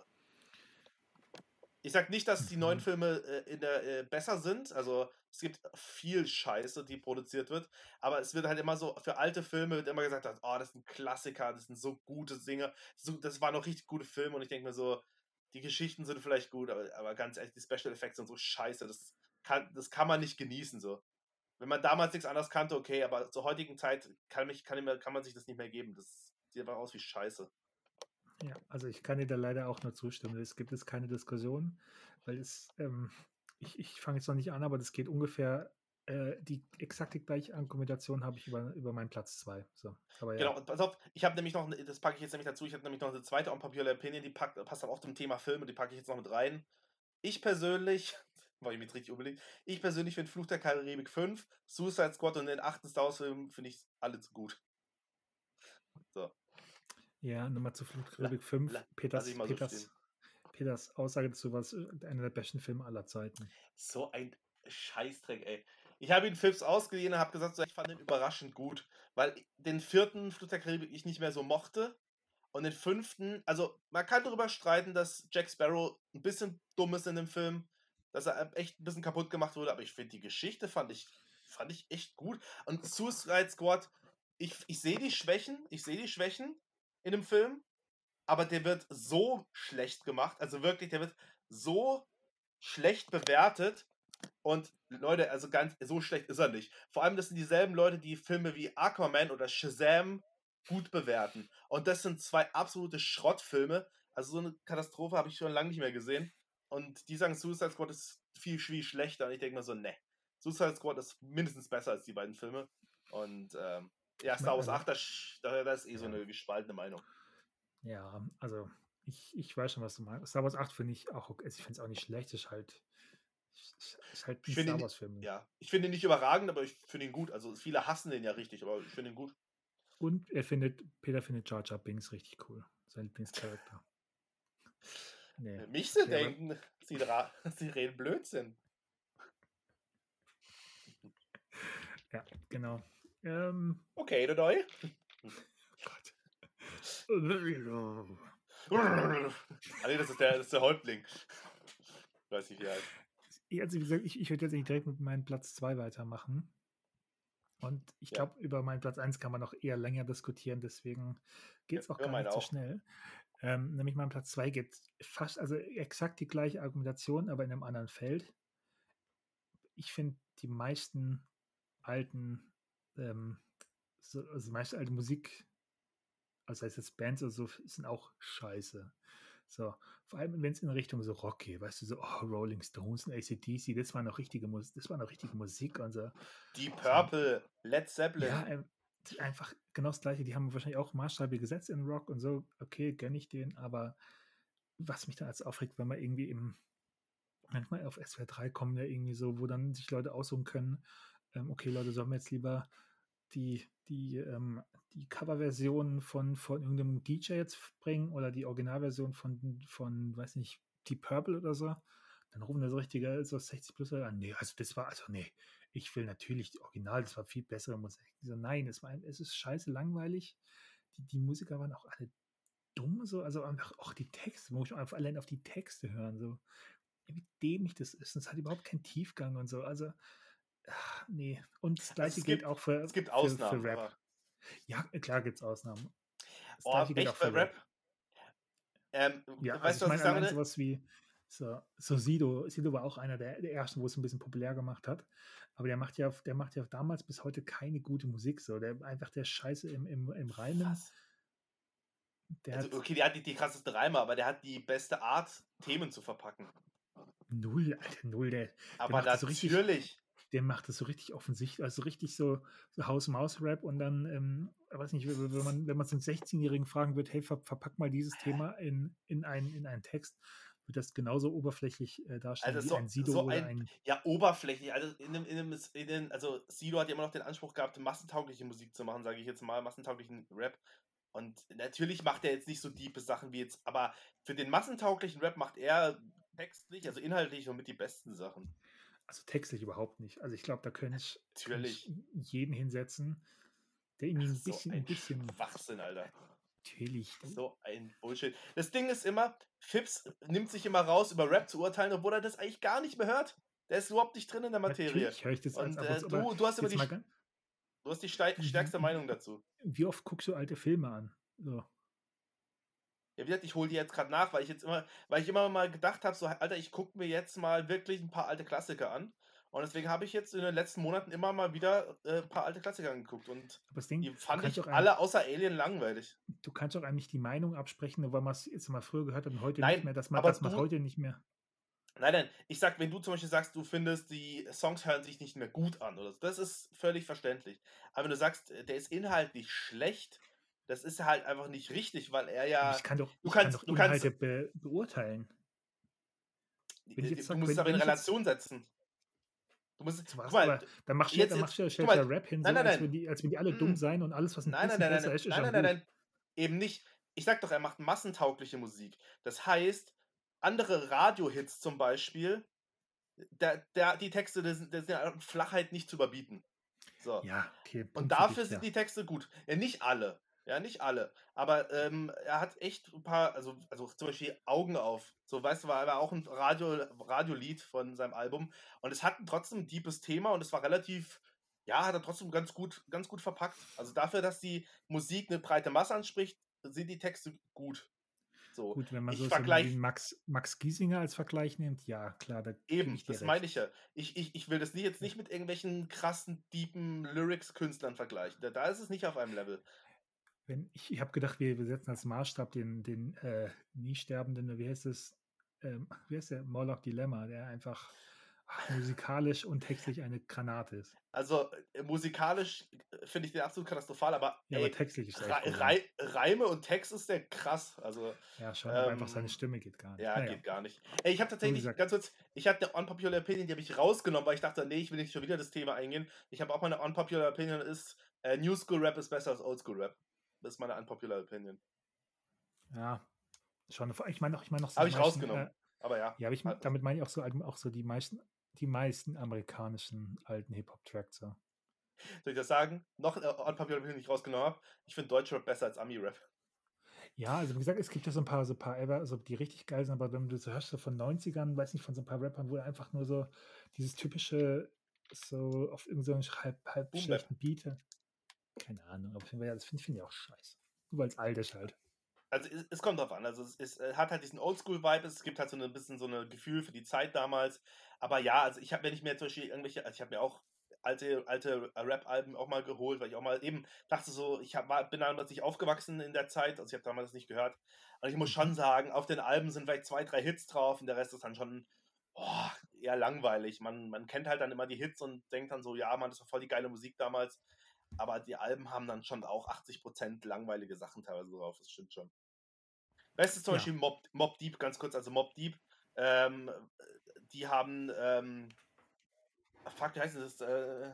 [SPEAKER 1] ich sag nicht, dass die neuen
[SPEAKER 2] Mhm.
[SPEAKER 1] Filme äh, in der, äh, besser sind. Also es gibt viel Scheiße, die produziert wird. Aber es wird halt immer so, für alte Filme wird immer gesagt, dass, oh, das sind Klassiker, das sind so gute Singer. So, das waren noch richtig gute Filme. Und ich denke mir so, die Geschichten sind vielleicht gut, aber, aber ganz ehrlich, die Special Effects sind so scheiße. Das kann, das kann man nicht genießen. So. Wenn man damals nichts anderes kannte, okay, aber zur heutigen Zeit kann, mich, kann, kann man sich das nicht mehr geben. Das sieht einfach aus wie Scheiße.
[SPEAKER 2] Ja, also ich kann dir da leider auch nur zustimmen. Es gibt jetzt keine Diskussion, weil es, ähm, ich, ich fange jetzt noch nicht an, aber das geht ungefähr, äh, die exakt die gleiche Argumentation habe ich über, über meinen Platz zwei. So, aber ja.
[SPEAKER 1] Genau, und pass auf, ich habe nämlich noch, das packe ich jetzt nämlich dazu, ich habe nämlich noch eine zweite Unpopular Opinion, die packt, passt aber auch zum Thema Filme, die packe ich jetzt noch mit rein. Ich persönlich, weil ich mich richtig unbedingt, ich persönlich finde Fluch der Karibik fünf, Suicide Squad und den achten Star Wars Film finde ich alle zu gut. So.
[SPEAKER 2] Ja, nochmal zu Flucht
[SPEAKER 1] La,
[SPEAKER 2] Karibik fünf.
[SPEAKER 1] la, lass
[SPEAKER 2] Peters,
[SPEAKER 1] ich mal
[SPEAKER 2] Peters,
[SPEAKER 1] so stehen.
[SPEAKER 2] Peters Aussage dazu war einer der besten Filme aller Zeiten.
[SPEAKER 1] So ein Scheißdreck, ey. Ich habe ihn Films ausgeliehen und habe gesagt, so, ich fand ihn überraschend gut, weil den vierten Fluch der Karibik ich nicht mehr so mochte. Und den fünften, also man kann darüber streiten, dass Jack Sparrow ein bisschen dumm ist in dem Film, dass er echt ein bisschen kaputt gemacht wurde, aber ich finde die Geschichte fand ich, fand ich echt gut. Und Suicide Squad, ich, ich sehe die Schwächen, ich sehe die Schwächen in dem Film, aber der wird so schlecht gemacht, also wirklich, der wird so schlecht bewertet und Leute, also ganz, so schlecht ist er nicht. Vor allem, das sind dieselben Leute, die Filme wie Aquaman oder Shazam gut bewerten. Und das sind zwei absolute Schrottfilme. Also so eine Katastrophe habe ich schon lange nicht mehr gesehen. Und die sagen, Suicide Squad ist viel, viel schlechter. Und ich denke mir so, ne. Suicide Squad ist mindestens besser als die beiden Filme. Und ähm, ja,
[SPEAKER 2] Ich mein,
[SPEAKER 1] Star Wars
[SPEAKER 2] also,
[SPEAKER 1] acht, das, das ist eh
[SPEAKER 2] ja.
[SPEAKER 1] so eine gespaltene Meinung.
[SPEAKER 2] Ja, also ich, ich weiß schon, was du meinst. Star Wars acht finde ich auch okay. Also ich finde es auch nicht schlecht. Ist halt, ist, ist halt ein
[SPEAKER 1] Ich finde
[SPEAKER 2] Star
[SPEAKER 1] ihn,
[SPEAKER 2] Wars-Film.
[SPEAKER 1] ja, ich finde ihn nicht überragend, aber ich finde ihn gut. Also viele hassen den ja richtig, aber ich finde ihn gut.
[SPEAKER 2] Und er findet, Peter findet Jar Jar Binks richtig cool. Sein Lieblingscharakter. Nee.
[SPEAKER 1] Mich sie
[SPEAKER 2] Okay, aber
[SPEAKER 1] denken, sie, ra- sie reden Blödsinn.
[SPEAKER 2] ja, genau. Ähm,
[SPEAKER 1] Okay, du Doi.
[SPEAKER 2] Gott.
[SPEAKER 1] Ah, nee, das ist der, das ist der Häuptling. Weiß ich wie er heißt.
[SPEAKER 2] Also wie gesagt, ich, ich würde jetzt nicht direkt mit meinem Platz zwei weitermachen. Und ich
[SPEAKER 1] Ja.
[SPEAKER 2] glaube, über meinen Platz eins kann man noch eher länger diskutieren, deswegen geht es
[SPEAKER 1] Ja,
[SPEAKER 2] auch
[SPEAKER 1] über
[SPEAKER 2] gar
[SPEAKER 1] meinen
[SPEAKER 2] nicht so
[SPEAKER 1] auch.
[SPEAKER 2] schnell. Ähm, nämlich mein Platz zwei geht fast, also exakt die gleiche Argumentation, aber in einem anderen Feld. Ich finde die meisten alten, ähm, so, also die meiste alte Musik, also heißt jetzt Bands oder so, sind auch scheiße. So, vor allem wenn es in Richtung so Rock geht, weißt du, so oh, Rolling Stones und A C D C, das war noch richtige Musik, das war noch richtige Musik und so.
[SPEAKER 1] Deep
[SPEAKER 2] So,
[SPEAKER 1] Purple, Led Zeppelin.
[SPEAKER 2] ja, ähm, die einfach genau das Gleiche. Die haben wahrscheinlich auch Maßstäbe gesetzt in Rock und so. Okay, gönne ich den, aber was mich dann als aufregt, wenn man irgendwie im manchmal auf S W R drei kommen ja irgendwie so, wo dann sich Leute aussuchen können, ähm, okay, Leute, sollen wir jetzt lieber die, die, ähm, die Coverversion von, von irgendeinem D J jetzt bringen oder die Originalversion von, von, weiß nicht, Deep Purple oder so? Dann rufen da so richtige, so sechzig plus an. Nee, also das war, also nee, ich will natürlich die Original, das war viel bessere Musik. Die so, nein, es, war, es ist scheiße langweilig. Die, die Musiker waren auch alle dumm, so, also einfach auch die Texte, wo ich einfach allein auf die Texte hören, so, wie dämlich das ist. Und es hat überhaupt keinen Tiefgang und so. Also, ach, nee. Und das
[SPEAKER 1] Also
[SPEAKER 2] gleiche
[SPEAKER 1] es
[SPEAKER 2] gilt
[SPEAKER 1] gibt,
[SPEAKER 2] auch für,
[SPEAKER 1] es gibt
[SPEAKER 2] für, für
[SPEAKER 1] Ausnahmen,
[SPEAKER 2] Rap.
[SPEAKER 1] aber.
[SPEAKER 2] Ja, klar gibt es Ausnahmen. Das
[SPEAKER 1] Oh,
[SPEAKER 2] gleiche gilt auch
[SPEAKER 1] echt bei
[SPEAKER 2] für Rap.
[SPEAKER 1] Rap? Ähm,
[SPEAKER 2] Ja, also
[SPEAKER 1] weißt
[SPEAKER 2] ich
[SPEAKER 1] du, was ich
[SPEAKER 2] meine
[SPEAKER 1] sagen
[SPEAKER 2] allein
[SPEAKER 1] würde?
[SPEAKER 2] sowas wie so, so Sido. Sido war auch einer der, der ersten, wo es ein bisschen populär gemacht hat. Aber der macht ja, der macht ja damals bis heute keine gute Musik. So, der einfach der Scheiße im, im, im Reimen.
[SPEAKER 1] Was?
[SPEAKER 2] Der
[SPEAKER 1] Also,
[SPEAKER 2] hat
[SPEAKER 1] okay, der hat nicht die krassesten Reime, aber der hat die beste Art, Themen zu verpacken.
[SPEAKER 2] null, Alter, null. Der, der
[SPEAKER 1] Aber
[SPEAKER 2] macht das so richtig,
[SPEAKER 1] natürlich.
[SPEAKER 2] der macht das so richtig offensichtlich, also richtig so, so Haus-Maus-Rap und dann, ähm, weiß nicht, wenn wenn man, wenn man so einen sechzehnjährigen fragen wird, hey, ver, verpack mal dieses Thema in, in, einen, in einen Text, wird das genauso oberflächlich äh, darstellen
[SPEAKER 1] Also
[SPEAKER 2] wie
[SPEAKER 1] so,
[SPEAKER 2] ein Sido
[SPEAKER 1] so
[SPEAKER 2] oder
[SPEAKER 1] ein,
[SPEAKER 2] ein.
[SPEAKER 1] ja, oberflächlich. Also in dem, in dem, in den, also Sido hat ja immer noch den Anspruch gehabt, massentaugliche Musik zu machen, sage ich jetzt mal, massentauglichen Rap. Und natürlich macht er jetzt nicht so diepe Sachen wie jetzt, aber für den massentauglichen Rap macht er textlich, also inhaltlich somit die besten Sachen.
[SPEAKER 2] Also textlich überhaupt nicht. Also ich glaube, da könnte ich, könnte ich
[SPEAKER 1] Natürlich.
[SPEAKER 2] jeden hinsetzen, der irgendwie ein
[SPEAKER 1] So
[SPEAKER 2] bisschen,
[SPEAKER 1] ein
[SPEAKER 2] ein bisschen.
[SPEAKER 1] Schwachsinn, Alter.
[SPEAKER 2] Natürlich.
[SPEAKER 1] So ein Bullshit. Das Ding ist immer, Fips nimmt sich immer raus, über Rap zu urteilen, obwohl er das eigentlich gar nicht mehr hört. Der ist überhaupt nicht drin in der Materie.
[SPEAKER 2] Natürlich höre ich das als
[SPEAKER 1] Und
[SPEAKER 2] ab und
[SPEAKER 1] äh,
[SPEAKER 2] zu, aber
[SPEAKER 1] du, du hast immer
[SPEAKER 2] jetzt
[SPEAKER 1] die,
[SPEAKER 2] mal ganz.
[SPEAKER 1] du hast die stärkste Meinung dazu.
[SPEAKER 2] Wie oft guckst du alte Filme an? So.
[SPEAKER 1] Ja, wie gesagt, ich hole die jetzt gerade nach, weil ich jetzt immer, weil ich immer mal gedacht habe, so, Alter, ich gucke mir jetzt mal wirklich ein paar alte Klassiker an. Und deswegen habe ich jetzt in den letzten Monaten immer mal wieder äh, ein paar alte Klassiker angeguckt. Und
[SPEAKER 2] Aber das Ding,
[SPEAKER 1] die fand
[SPEAKER 2] du
[SPEAKER 1] ich
[SPEAKER 2] ein,
[SPEAKER 1] alle außer Alien langweilig.
[SPEAKER 2] Du kannst auch eigentlich die Meinung absprechen, nur weil man es jetzt mal früher gehört hat und heute
[SPEAKER 1] Nein,
[SPEAKER 2] nicht mehr, dass man
[SPEAKER 1] aber
[SPEAKER 2] das
[SPEAKER 1] du,
[SPEAKER 2] heute nicht mehr.
[SPEAKER 1] Nein, nein, ich sag, wenn du zum Beispiel sagst, du findest, die Songs hören sich nicht mehr gut an oder so, das ist völlig verständlich. Aber wenn du sagst, der ist inhaltlich schlecht, das ist halt einfach nicht richtig, weil er ja.
[SPEAKER 2] Aber ich kann doch,
[SPEAKER 1] Du
[SPEAKER 2] ich kann doch
[SPEAKER 1] kannst, du
[SPEAKER 2] Inhalte
[SPEAKER 1] kannst.
[SPEAKER 2] be beurteilen. Wenn ich jetzt
[SPEAKER 1] Du
[SPEAKER 2] sag,
[SPEAKER 1] musst es
[SPEAKER 2] wenn,
[SPEAKER 1] aber
[SPEAKER 2] wenn
[SPEAKER 1] in
[SPEAKER 2] ich jetzt
[SPEAKER 1] Relation setzen. Du musst.
[SPEAKER 2] so
[SPEAKER 1] Guck
[SPEAKER 2] was,
[SPEAKER 1] mal,
[SPEAKER 2] aber dann machst du ja,
[SPEAKER 1] jetzt,
[SPEAKER 2] dann
[SPEAKER 1] jetzt,
[SPEAKER 2] machst du ja,
[SPEAKER 1] guck
[SPEAKER 2] stellst ja
[SPEAKER 1] mal.
[SPEAKER 2] Rap hin,
[SPEAKER 1] Nein,
[SPEAKER 2] so
[SPEAKER 1] nein,
[SPEAKER 2] als
[SPEAKER 1] nein.
[SPEAKER 2] wenn die, als wenn die alle dumm
[SPEAKER 1] Mm,
[SPEAKER 2] seien und alles, was ein
[SPEAKER 1] Nein, nein,
[SPEAKER 2] bisschen
[SPEAKER 1] nein, nein,
[SPEAKER 2] besser
[SPEAKER 1] nein,
[SPEAKER 2] ist, ist
[SPEAKER 1] nein,
[SPEAKER 2] ja
[SPEAKER 1] nein, nein,
[SPEAKER 2] gut.
[SPEAKER 1] nein. Eben nicht. Ich sag doch, er macht massentaugliche Musik. Das heißt, andere Radiohits zum Beispiel, der, der, die Texte, das sind, das sind ja Flachheit nicht zu überbieten. So.
[SPEAKER 2] Ja, okay,
[SPEAKER 1] Und
[SPEAKER 2] Punkt für
[SPEAKER 1] dafür
[SPEAKER 2] dich,
[SPEAKER 1] sind
[SPEAKER 2] ja.
[SPEAKER 1] die Texte gut. Ja, nicht alle. Ja, nicht alle. Aber ähm, er hat echt ein paar, also, also zum Beispiel Augen auf. So, weißt du, war aber auch ein Radio, Radiolied von seinem Album. Und es hat trotzdem ein deepes Thema und es war relativ ja, hat er trotzdem ganz gut, ganz gut verpackt. Also dafür, dass die Musik eine breite Masse anspricht, sind die Texte gut. So,
[SPEAKER 2] Gut, wenn man
[SPEAKER 1] ich
[SPEAKER 2] so jemanden wie
[SPEAKER 1] vergleiche
[SPEAKER 2] Max, Max Giesinger als Vergleich nimmt, ja, klar, da gebe
[SPEAKER 1] eben,
[SPEAKER 2] ich dir
[SPEAKER 1] das meine
[SPEAKER 2] recht.
[SPEAKER 1] ich ja. Ich, ich, ich will das nie, jetzt nicht mit irgendwelchen krassen, deepen Lyrics-Künstlern vergleichen. Da, da ist es nicht auf einem Level.
[SPEAKER 2] Wenn, ich ich habe gedacht, wir, wir setzen als Maßstab den, den äh, nie sterbenden, wie heißt es, ähm, wie heißt der, Morlock Dilemma, der einfach ach, musikalisch und textlich eine Granate ist.
[SPEAKER 1] Also äh, musikalisch äh, finde ich den absolut katastrophal, aber
[SPEAKER 2] Ja, aber
[SPEAKER 1] ey,
[SPEAKER 2] textlich ist echt
[SPEAKER 1] Rei-
[SPEAKER 2] brillant.
[SPEAKER 1] Rei- Reime und Text ist der krass. Also,
[SPEAKER 2] Ja, schon, aber einfach seine
[SPEAKER 1] ähm,
[SPEAKER 2] Stimme geht gar nicht.
[SPEAKER 1] ja,
[SPEAKER 2] Naja,
[SPEAKER 1] geht gar nicht. Ey, ich habe
[SPEAKER 2] aber wie
[SPEAKER 1] tatsächlich,
[SPEAKER 2] gesagt,
[SPEAKER 1] ganz kurz, ich hatte eine Unpopular Opinion, die habe ich rausgenommen, weil ich dachte, nee, ich will nicht schon wieder das Thema eingehen. Ich habe auch meine Unpopular Opinion ist, äh, New School Rap ist besser als Old School Rap. Das ist meine Unpopular Opinion.
[SPEAKER 2] ja, schon, ich meine auch, ich meine auch so
[SPEAKER 1] Habe
[SPEAKER 2] die
[SPEAKER 1] ich
[SPEAKER 2] meisten, äh,
[SPEAKER 1] rausgenommen. Aber ja.
[SPEAKER 2] ja, aber ich,
[SPEAKER 1] Halt.
[SPEAKER 2] damit meine ich auch so, auch so die meisten, die meisten amerikanischen alten Hip-Hop-Tracks. So.
[SPEAKER 1] Soll ich das sagen? Noch eine Unpopular Opinion, die ich rausgenommen habe. Ich finde Deutsch Rap besser als Ami-Rap.
[SPEAKER 2] Ja, also wie gesagt, es gibt ja so ein paar, so ein paar, Ever, so die richtig geil sind, aber wenn du so hörst, so von neunzigern, weiß nicht, von so ein paar Rappern, wo einfach nur so dieses typische, so auf irgendeinem so halb, halb
[SPEAKER 1] Boom Bap.
[SPEAKER 2] schlechten Beat, keine Ahnung, aber find, ja, das finde find ich auch scheiße. Nur weil es alt ist halt.
[SPEAKER 1] Also es, es kommt drauf an. Also es, es äh, hat halt diesen Oldschool-Vibe, es gibt halt so ein bisschen so ein Gefühl für die Zeit damals. Aber ja, also ich habe, wenn ich mir zum Beispiel irgendwelche, also ich habe mir auch alte, alte Rap-Alben auch mal geholt, weil ich auch mal eben dachte so, ich hab, war, bin damals nicht aufgewachsen in der Zeit, also ich habe damals nicht gehört. Und ich muss schon
[SPEAKER 2] Mhm.
[SPEAKER 1] sagen, auf den Alben sind vielleicht zwei, drei Hits drauf und der Rest ist dann schon boah, eher langweilig. Man, man kennt halt dann immer die Hits und denkt dann so, ja, man, das war voll die geile Musik damals. Aber die Alben haben dann schon auch achtzig Prozent langweilige Sachen teilweise drauf, das stimmt schon. Bestes zum
[SPEAKER 2] Ja,
[SPEAKER 1] Beispiel Mob, Mob Deep, ganz kurz, also Mob Deep, ähm, die haben, ähm, fuck, wie heißt das? Äh,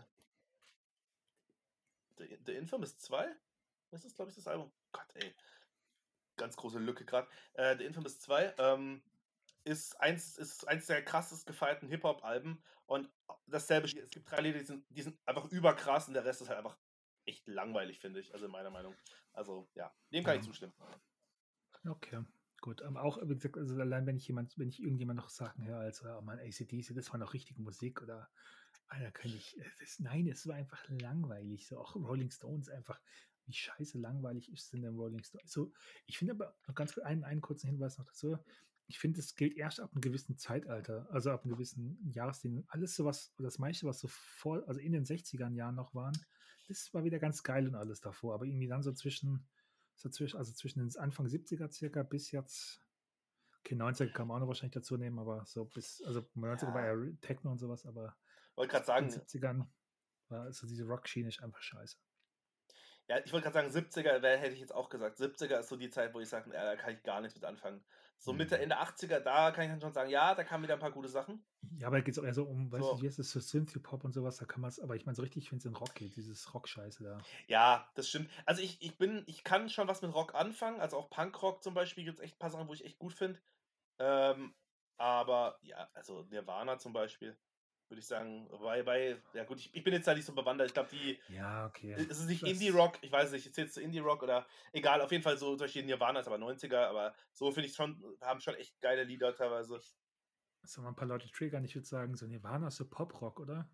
[SPEAKER 1] The, The Infamous zwei? Das ist, glaube ich, das Album. Gott, ey. Ganz große Lücke gerade. Äh, The Infamous zwei ähm, ist, eins, ist eins der krassest gefeierten Hip-Hop-Alben. Und dasselbe, es gibt drei Lieder, die sind, die sind einfach überkrass und der Rest ist halt einfach echt langweilig, finde ich. Also in meiner Meinung. Also ja, dem kann
[SPEAKER 2] ja.
[SPEAKER 1] ich zustimmen.
[SPEAKER 2] Okay, gut. Aber auch, wie gesagt, also allein wenn ich jemand, wenn ich irgendjemand noch Sachen höre, als oh man, A C D C, das war noch richtige Musik oder Alter, könnte ich. äh, Das, nein, es war einfach langweilig. So auch Rolling Stones einfach. Wie scheiße langweilig ist denn der Rolling Stones? So, ich finde aber noch ganz kurz einen, einen kurzen Hinweis noch dazu. Ich finde, es gilt erst ab einem gewissen Zeitalter, also ab einem gewissen Jahresstil. Alles sowas, oder das meiste, was so vor, also in den sechzigern Jahren noch waren, das war wieder ganz geil und alles davor. Aber irgendwie dann so zwischen, so zwischen, also zwischen den Anfang siebziger circa bis jetzt, okay, neunziger kann man auch noch wahrscheinlich dazu nehmen, aber so bis, also neunziger war
[SPEAKER 1] Ja,
[SPEAKER 2] ja Techno und sowas, aber
[SPEAKER 1] wollte
[SPEAKER 2] so
[SPEAKER 1] gerade
[SPEAKER 2] ab den
[SPEAKER 1] sagen,
[SPEAKER 2] siebzigern war also diese Rock-Schiene ist einfach scheiße.
[SPEAKER 1] ja, ich wollte gerade sagen, siebziger wär, hätte ich jetzt auch gesagt. siebziger ist so die Zeit, wo ich sage, ja, da kann ich gar nichts mit anfangen. So Mitte,
[SPEAKER 2] Mhm.
[SPEAKER 1] Ende achtziger, da kann ich dann schon sagen, ja, da kamen wieder ein paar gute Sachen.
[SPEAKER 2] Ja, aber da geht es auch eher so um, weißt du,
[SPEAKER 1] So,
[SPEAKER 2] wie heißt das, so Synthie-Pop und sowas, da kann man es, aber ich meine so richtig, wenn es in Rock geht, dieses Rock-Scheiße da.
[SPEAKER 1] ja, das stimmt. Also ich, ich bin, ich kann schon was mit Rock anfangen, also auch Punkrock zum Beispiel gibt es echt ein paar Sachen, wo ich echt gut finde. Ähm, aber ja, also Nirvana zum Beispiel, würde ich sagen, weil bei, ja gut, ich, ich bin jetzt da nicht so bewandert. Ich glaube, die,
[SPEAKER 2] Ja, okay.
[SPEAKER 1] ist es
[SPEAKER 2] Ich
[SPEAKER 1] nicht
[SPEAKER 2] weiß,
[SPEAKER 1] Indie-Rock? Ich weiß nicht, ist jetzt so Indie-Rock oder egal, auf jeden Fall so, zum Beispiel Nirvana ist aber neunziger, aber so finde ich schon, haben schon echt geile Lieder teilweise.
[SPEAKER 2] soll mal ein paar Leute triggern, ich würde sagen, so Nirvana ist so Pop-Rock, oder?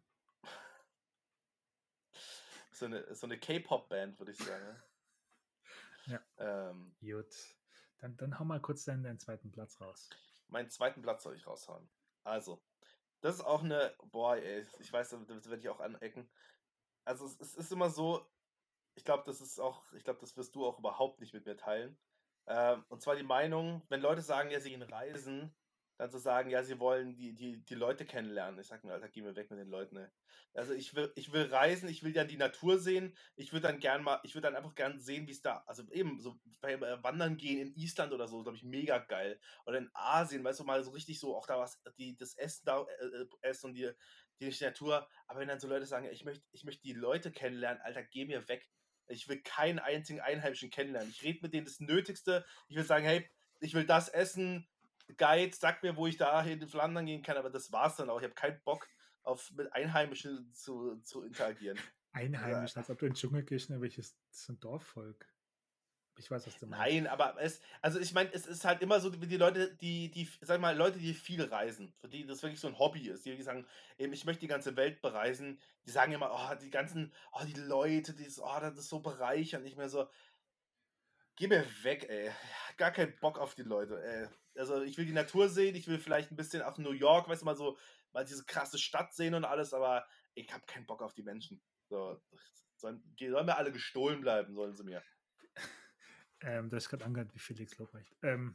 [SPEAKER 1] So eine, so eine K-Pop-Band, würde ich sagen.
[SPEAKER 2] Ja,
[SPEAKER 1] Ähm,
[SPEAKER 2] gut. Dann, dann hau mal kurz deinen, deinen zweiten Platz raus.
[SPEAKER 1] meinen zweiten Platz soll ich raushauen. Also, das ist auch eine, boah, ey, ich weiß, da werde ich auch anecken. Also, es, es ist immer so, ich glaube, das ist auch, ich glaube, das wirst du auch überhaupt nicht mit mir teilen. Ähm, und zwar die Meinung, wenn Leute sagen, ja, sie gehen reisen, dann zu sagen, ja, sie wollen die, die, die Leute kennenlernen. Ich sag mir, Alter, geh mir weg mit den Leuten, ey. Also ich will, ich will reisen, ich will dann die Natur sehen, ich würde dann gern mal, ich würde dann einfach gern sehen, wie es da, also eben so bei äh, Wandern gehen in Island oder so, glaube ich, mega geil. Oder in Asien, weißt du, mal so richtig so, auch da was, die, das Essen da äh, äh, essen und die, die Natur. Aber wenn dann so Leute sagen, ja, ich möchte, ich möchte die Leute kennenlernen, Alter, geh mir weg. Ich will keinen einzigen Einheimischen kennenlernen. Ich rede mit denen das Nötigste. Ich will sagen, hey, ich will das essen. Guide, sag mir, wo ich da in Flandern gehen kann, aber das war's dann auch. Ich habe keinen Bock, auf, mit Einheimischen zu, zu interagieren. Also,
[SPEAKER 2] Einheimischen, als ob du in den Dschungel gehst, ne, welches, das ist ein Dorfvolk. Ich weiß, was du meinst.
[SPEAKER 1] Nein, aber es, also ich meine, es ist halt immer so, wie die Leute, die, die, sag mal, Leute, die viel reisen, für die das wirklich so ein Hobby ist, die wirklich sagen, eben, ich möchte die ganze Welt bereisen, die sagen immer, oh, die ganzen, oh, die Leute, die, ist- oh, das ist so bereichernd, nicht mehr so, geh mir weg, ey, gar keinen Bock auf die Leute, ey. Also ich will die Natur sehen, ich will vielleicht ein bisschen auf New York, weißt du, mal so, mal diese krasse Stadt sehen und alles, aber ich habe keinen Bock auf die Menschen. So, sollen, sollen mir alle gestohlen bleiben, sollen sie mir.
[SPEAKER 2] Ähm, das ist gerade angehört wie Felix Lobrecht. Ähm,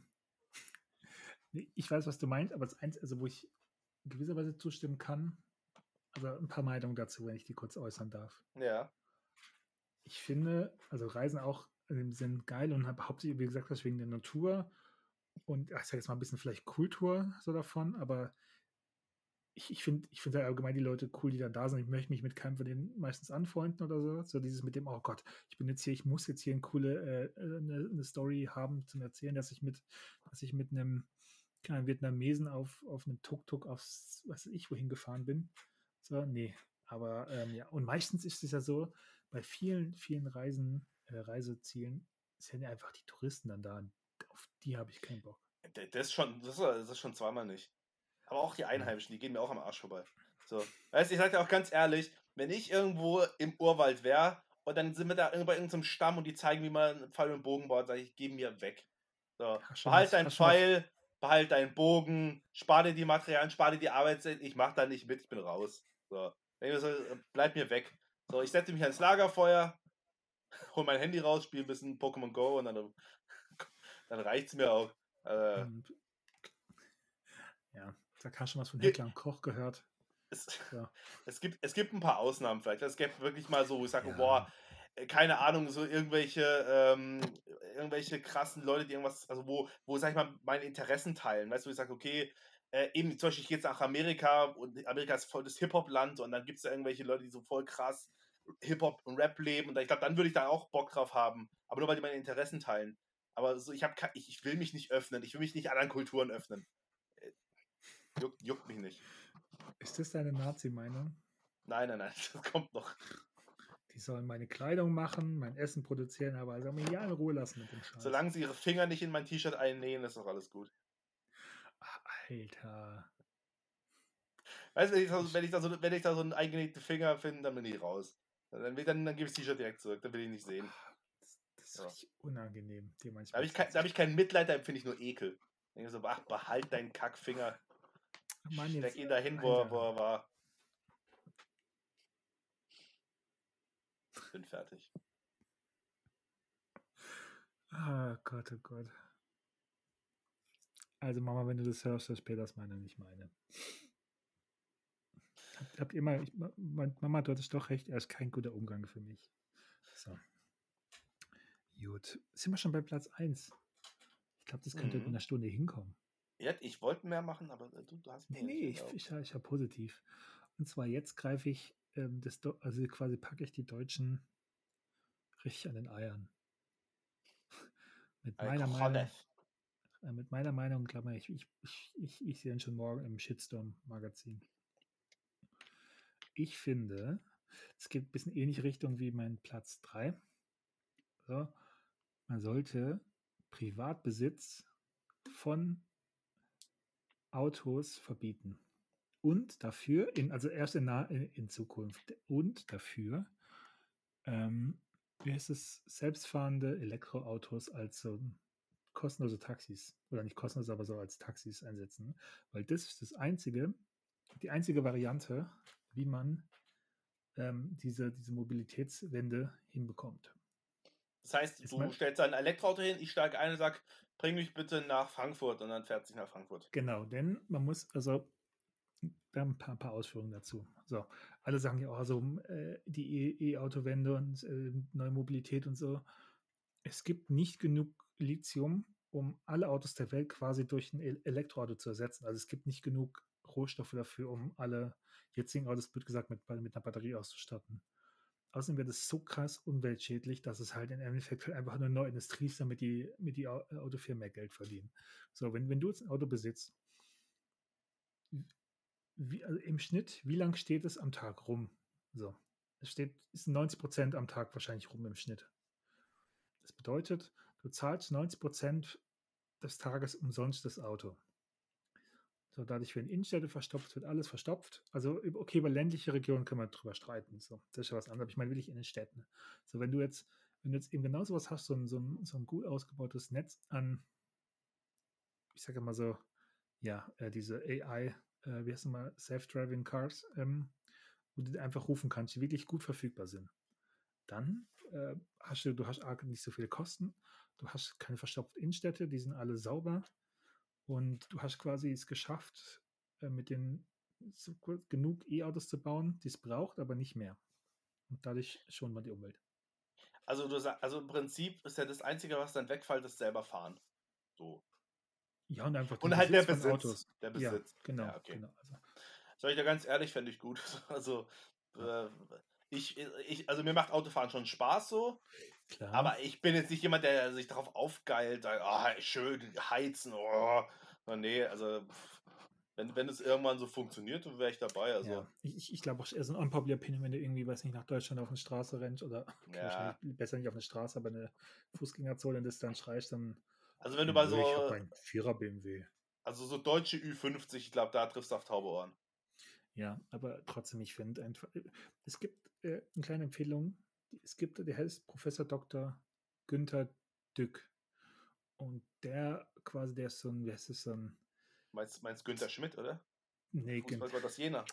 [SPEAKER 2] nee, ich weiß, was du meinst, aber das Einzige, also wo ich in gewisser Weise zustimmen kann, also ein paar Meinungen dazu, wenn ich die kurz äußern darf.
[SPEAKER 1] Ja.
[SPEAKER 2] Ich finde, also Reisen auch in dem Sinn geil und habe hauptsächlich, wie gesagt, wegen der Natur und ich sage jetzt mal ein bisschen vielleicht Kultur so davon, aber ich, ich finde ich find halt allgemein die Leute cool, die dann da sind. Ich möchte mich mit keinem von denen meistens anfreunden oder so. So dieses mit dem, oh Gott, ich bin jetzt hier, ich muss jetzt hier eine coole äh, eine, eine Story haben zum Erzählen, dass ich mit, dass ich mit einem kleinen Vietnamesen auf, auf einem Tuk-Tuk aufs, was weiß ich, wohin gefahren bin. So, nee. Aber ähm, ja, und meistens ist es ja so, bei vielen, vielen Reisen, äh, Reisezielen sind ja einfach die Touristen dann da. Auf die habe ich keinen Bock.
[SPEAKER 1] D- Das ist schon, das ist, das ist schon zweimal nicht. Aber auch die
[SPEAKER 2] Ja.
[SPEAKER 1] Einheimischen, die gehen mir auch am Arsch vorbei. So. Weißt du, ich sag dir auch ganz ehrlich, wenn ich irgendwo im Urwald wäre und dann sind wir da irgendwo bei irgendeinem Stamm und die zeigen, wie man einen Pfeil und Bogen baut, sag ich, geh mir weg. So.
[SPEAKER 2] Hast schon
[SPEAKER 1] Behalt
[SPEAKER 2] was,
[SPEAKER 1] deinen
[SPEAKER 2] hast schon was,
[SPEAKER 1] Pfeil, behalt deinen Bogen, spar dir die Materialien, spar dir die Arbeitszeit, ich mach da nicht mit, ich bin raus. So. Wenn ich so, bleib mir weg. So, ich setze mich ans Lagerfeuer, hol mein Handy raus, spiele ein bisschen Pokémon Go und dann, dann reicht's mir auch. Äh,
[SPEAKER 2] und, ja, da hast du schon was von
[SPEAKER 1] Ge-
[SPEAKER 2] Heckler und Koch gehört.
[SPEAKER 1] es,
[SPEAKER 2] So.
[SPEAKER 1] es, gibt, es gibt ein paar Ausnahmen vielleicht. Es gibt wirklich mal so, wo ich sage,
[SPEAKER 2] Ja.
[SPEAKER 1] boah, äh, keine Ahnung, so irgendwelche, ähm, irgendwelche krassen Leute, die irgendwas, also wo, wo, sag ich mal, meine Interessen teilen. Weißt du, wo ich sage, okay, äh, eben zum Beispiel, ich gehe jetzt nach Amerika und Amerika ist voll das Hip-Hop-Land und dann gibt es da irgendwelche Leute, die so voll krass Hip-Hop und Rap leben und ich glaube, dann würde ich da auch Bock drauf haben. Aber nur, weil die meine Interessen teilen. Aber so, ich, hab, ich, ich will mich nicht öffnen, ich will mich nicht anderen Kulturen öffnen. Äh, Juckt, juckt mich nicht.
[SPEAKER 2] Ist das deine Nazi-Meinung?
[SPEAKER 1] Nein, nein, nein, das kommt noch.
[SPEAKER 2] Die sollen meine Kleidung machen, mein Essen produzieren, aber soll mich ja in Ruhe lassen mit dem Scheiß.
[SPEAKER 1] Solange sie ihre Finger nicht in mein T-Shirt einnähen, ist doch alles gut.
[SPEAKER 2] Ach, Alter.
[SPEAKER 1] Weißt du, wenn ich da so, wenn ich da so, wenn ich da so einen eingenähten Finger finde, dann bin ich raus. Dann, dann, dann gebe ich das T-Shirt direkt zurück, dann will ich nicht sehen.
[SPEAKER 2] Das, das ist
[SPEAKER 1] Ja.
[SPEAKER 2] richtig unangenehm, dir
[SPEAKER 1] Da
[SPEAKER 2] manchmal.
[SPEAKER 1] habe ich, kein, da hab ich keinen Mitleid, da empfinde ich nur Ekel. Ich denke so, ach, behalt deinen Kackfinger.
[SPEAKER 2] Mann,
[SPEAKER 1] Steck
[SPEAKER 2] jetzt,
[SPEAKER 1] ihn dahin, wo er, wo er war. Bin fertig.
[SPEAKER 2] Ah, Gott, oh Gott. Also Mama, wenn du das hörst, das später ist meine, nicht meine. Habt, habt ihr mal, ich, Mama, du hattest doch recht, er ist kein guter Umgang für mich. So. Gut. Sind wir schon bei Platz eins? Ich glaube, das könnte
[SPEAKER 1] Mhm.
[SPEAKER 2] in einer Stunde hinkommen.
[SPEAKER 1] Ja, ich wollte mehr machen, aber du, du hast
[SPEAKER 2] Nee,
[SPEAKER 1] mir
[SPEAKER 2] nee,
[SPEAKER 1] nicht
[SPEAKER 2] ich, ich, ich habe positiv. Und zwar jetzt greife ich, ähm, das, also quasi packe ich die Deutschen richtig an den Eiern. Mit meiner Meinung, äh, mit meiner Meinung, klammer ich, ich, ich, ich, ich sehe ihn schon morgen im Shitstorm-Magazin. Ich finde, es geht ein bisschen ähnliche Richtung wie mein Platz drei. So, man sollte Privatbesitz von Autos verbieten. Und dafür, in, also erst in, in, in Zukunft, und dafür, ähm, wie heißt es, selbstfahrende Elektroautos als so kostenlose Taxis, oder nicht kostenlos, aber so als Taxis einsetzen. Weil das ist das einzige, die einzige Variante, wie man ähm, diese, diese Mobilitätswende hinbekommt.
[SPEAKER 1] Das heißt,
[SPEAKER 2] Ist
[SPEAKER 1] du
[SPEAKER 2] mal,
[SPEAKER 1] stellst ein Elektroauto hin, ich steige ein und sag, bring mich bitte nach Frankfurt und dann fährt sich nach Frankfurt.
[SPEAKER 2] genau, denn man muss, also da ein paar, ein paar Ausführungen dazu. So, alle sagen ja auch so äh, die E-Auto-Wende und äh, neue Mobilität und so. Es gibt nicht genug Lithium, um alle Autos der Welt quasi durch ein E- Elektroauto zu ersetzen. Also es gibt nicht genug Rohstoffe dafür, um alle jetzigen Autos, blöd gesagt, mit, mit einer Batterie auszustatten. Außerdem wird es so krass umweltschädlich, dass es halt im Endeffekt halt einfach eine neue Industrie ist, damit die, damit die Autofirmen mehr Geld verdienen. So, wenn, wenn du jetzt ein Auto besitzt, wie, also im Schnitt, wie lang steht es am Tag rum? So, es steht, ist neunzig Prozent am Tag wahrscheinlich rum im Schnitt. Das bedeutet, du zahlst neunzig Prozent des Tages umsonst das Auto. So, dadurch werden Innenstädte verstopft, wird alles verstopft. Also, üb okay, über ländliche Regionen können wir drüber streiten, so. Das ist ja was anderes. Aber ich meine wirklich in den Städten. So, wenn du jetzt wenn du jetzt eben genau so was hast, so 'n so 'n so 'n gut ausgebautes Netz an ich sage mal so, ja, äh, diese A I, äh, wie heißt nochmal, Self-Driving Cars, ähm, wo du einfach rufen kannst, die wirklich gut verfügbar sind. Dann, äh, hast du du hast A nicht so viele Kosten, du hast keine verstopften Innenstädte, die sind alle sauber und du hast quasi es geschafft, äh, mit den so gu genug E-Autos zu bauen, die es braucht, aber nicht mehr. Und dadurch schont man die Umwelt.
[SPEAKER 1] Also, du sa also, im Prinzip ist ja das Einzige, was dann wegfällt, das selber fahren. So.
[SPEAKER 2] Ja, und einfach den
[SPEAKER 1] Und halt der
[SPEAKER 2] Besitz von
[SPEAKER 1] Besitz.
[SPEAKER 2] Autos.
[SPEAKER 1] Der
[SPEAKER 2] Ja,
[SPEAKER 1] Besitz. Ja,
[SPEAKER 2] genau,
[SPEAKER 1] okay.
[SPEAKER 2] genau. Also,
[SPEAKER 1] Sage ich dir ganz ehrlich, fände ich gut. Also,
[SPEAKER 2] ja,
[SPEAKER 1] äh, ich ich also, mir macht Autofahren schon Spaß so,
[SPEAKER 2] klar.
[SPEAKER 1] aber ich bin jetzt nicht jemand, der sich darauf aufgeilt, sagt: „Ah, schön heizen, oh.“ Na ne, also, wenn wenn es irgendwann so funktioniert, dann wäre ich dabei,
[SPEAKER 2] Ja,
[SPEAKER 1] also,
[SPEAKER 2] ich ich ich glaube auch, ist 'n unpopular Opinion, wenn du irgendwie, weiß nicht, nach Deutschland auf 'ne Straße rennst oder okay, wahrscheinlich
[SPEAKER 1] ja.
[SPEAKER 2] besser nicht auf 'ne Straße, aber 'ne Fußgängerzone und das dann schreist, dann:
[SPEAKER 1] Also, wenn du bei
[SPEAKER 2] „Nö, ich habe
[SPEAKER 1] so
[SPEAKER 2] meinen Vierer B M W.“
[SPEAKER 1] also, so deutsche Ü fünfzig, ich glaube, da triffst du auf taube Ohren.
[SPEAKER 2] Ja, aber trotzdem, ich finde einfach äh, es gibt, äh, 'ne kleine Empfehlung. Es gibt der heißt Professor Doktor Günther Dück und der quasi der ist so 'n wie heißt das, so 'n
[SPEAKER 1] Meinst meinst Günther Schmidt, oder?
[SPEAKER 2] ne, Günt
[SPEAKER 1] Fußballgott aus Jena.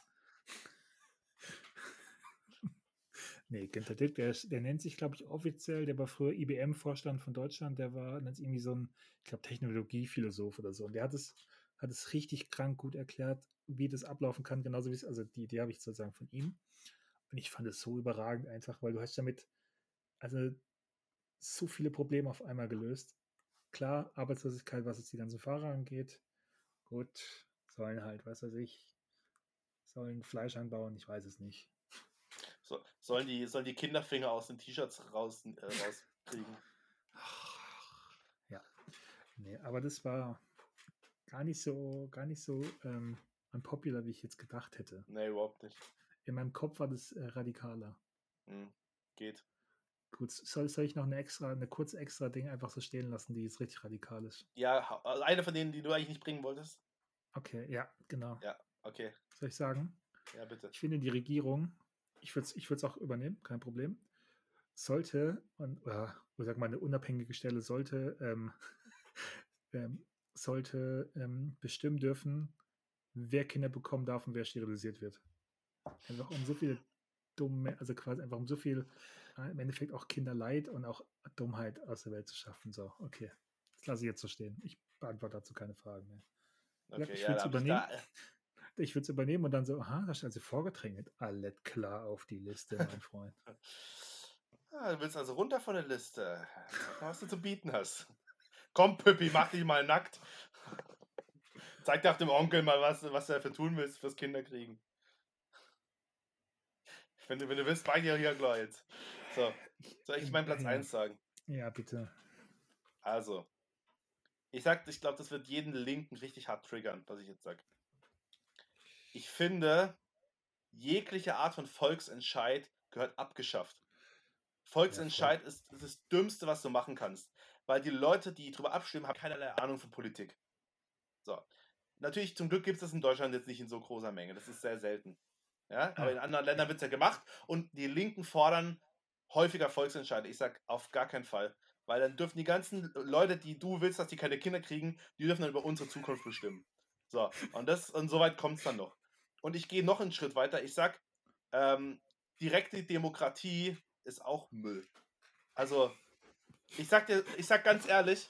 [SPEAKER 2] ne, Günther Dück, der ist der nennt sich, glaube ich, offiziell der war früher I B M-Vorstand von Deutschland, der war nennt sich irgendwie so 'n, ich glaube, Technologiephilosoph oder so. Und der hat es hat es richtig krank gut erklärt, wie das ablaufen kann, genauso wie's also, die Idee habe ich sozusagen von ihm. Und ich fand es so überragend einfach, weil du hast damit also, so viele Probleme auf einmal gelöst. Klar, Arbeitslosigkeit, was jetzt die ganzen Fahrer angeht, gut, sollen halt, was weiß ich, sollen Fleisch anbauen, ich weiß es nicht.
[SPEAKER 1] So, sollen die sollen die Kinderfinger aus den T-Shirts raus äh, rauskriegen.
[SPEAKER 2] Ja, ne, aber das war gar nicht so gar nicht so, ähm, unpopular, wie ich jetzt gedacht hätte.
[SPEAKER 1] Ne, überhaupt nicht.
[SPEAKER 2] In meinem Kopf war das, äh, radikaler.
[SPEAKER 1] Mhm, geht.
[SPEAKER 2] Gut, soll soll ich noch 'ne extra 'ne kurze extra Ding einfach so stehen lassen, die jetzt richtig radikal ist?
[SPEAKER 1] Ja, ha also, eine von denen, die du eigentlich nicht bringen wolltest?
[SPEAKER 2] Okay, ja, genau.
[SPEAKER 1] Ja, okay.
[SPEAKER 2] Soll ich sagen?
[SPEAKER 1] Ja, bitte.
[SPEAKER 2] Ich finde, die Regierung ich würde es ich würde es auch übernehmen, kein Problem. Sollte und oder oder sage mal, 'ne unabhängige Stelle sollte, ähm, ähm sollte, ähm, bestimmen dürfen, wer Kinder bekommen darf und wer sterilisiert wird. Einfach um so viele dumme also, quasi einfach um so viel, äh, im Endeffekt auch Kinderleid und auch Dummheit aus der Welt zu schaffen. So, okay. Das lasse ich jetzt so stehen. Ich beantworte dazu keine Fragen mehr. Wie gesagt,
[SPEAKER 1] Okay,
[SPEAKER 2] ich
[SPEAKER 1] ja,
[SPEAKER 2] würde
[SPEAKER 1] da
[SPEAKER 2] es
[SPEAKER 1] habe ich da
[SPEAKER 2] übernehmen. Ich würde es übernehmen und dann so: „Aha, hast du also vorgedrängelt? Alles klar auf die Liste, mein Freund.“
[SPEAKER 1] Ah, du willst also runter von der Liste. Zeig mal, was du zu bieten hast. Komm, Püppi, mach dich mal nackt. Zeig doch dem Onkel mal, was was du dafür tun willst fürs Kinderkriegen. Wenn du wenn du willst, mach ich dir hier klar jetzt. So,
[SPEAKER 2] Ich,
[SPEAKER 1] soll ich
[SPEAKER 2] ähm,
[SPEAKER 1] meinen Platz
[SPEAKER 2] ja.
[SPEAKER 1] eins sagen?
[SPEAKER 2] Ja, bitte.
[SPEAKER 1] Also, ich sage ich glaube, das wird jeden Linken richtig hart triggern, was ich jetzt sage. Ich finde, jegliche Art von Volksentscheid gehört abgeschafft.
[SPEAKER 2] Ja, voll.
[SPEAKER 1] Volksentscheid ist das Dümmste, was du machen kannst, weil die Leute, die drüber abstimmen, haben keinerlei Ahnung von Politik. So. Natürlich, zum Glück gibt es das in Deutschland jetzt nicht in so großer Menge. Das ist sehr selten. Ja, aber in
[SPEAKER 2] Ah,
[SPEAKER 1] anderen Ländern
[SPEAKER 2] ja.
[SPEAKER 1] wird es ja gemacht und die Linken fordern häufiger Volksentscheide. Ich sage auf gar keinen Fall. Weil dann dürfen die ganzen Leute, die du willst, dass die keine Kinder kriegen, die dürfen dann über unsere Zukunft bestimmen. So, und das und so weit kommt es dann noch. Und ich gehe noch einen Schritt weiter. Ich sag, ähm, direkte Demokratie ist auch Müll. Also, ich sag dir, ich sag ganz ehrlich,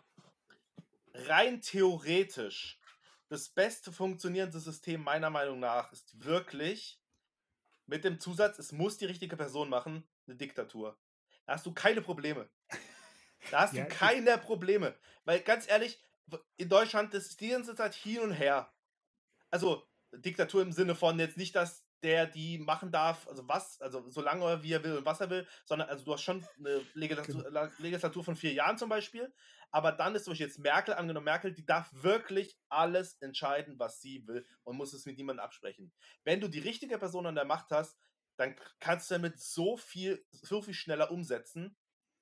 [SPEAKER 1] rein theoretisch, das beste funktionierende System meiner Meinung nach ist wirklich mit dem Zusatz, es muss die richtige Person machen, eine Diktatur. Da hast du keine Probleme. Da hast du
[SPEAKER 2] Ja, das
[SPEAKER 1] keine Probleme. Weil ganz ehrlich, in Deutschland, das ist die ganze Zeit hin und her. Also, Diktatur im Sinne von jetzt nicht, dass der die machen darf, also was, also solange wie er will und was er will, sondern also du hast schon eine
[SPEAKER 2] gen
[SPEAKER 1] Legislatur, La- Legislatur von vier Jahren zum Beispiel, aber dann ist zum Beispiel jetzt Merkel, angenommen Merkel, die darf wirklich alles entscheiden, was sie will und muss es mit niemandem absprechen. Wenn du die richtige Person an der Macht hast, dann kannst du damit so viel, so viel schneller umsetzen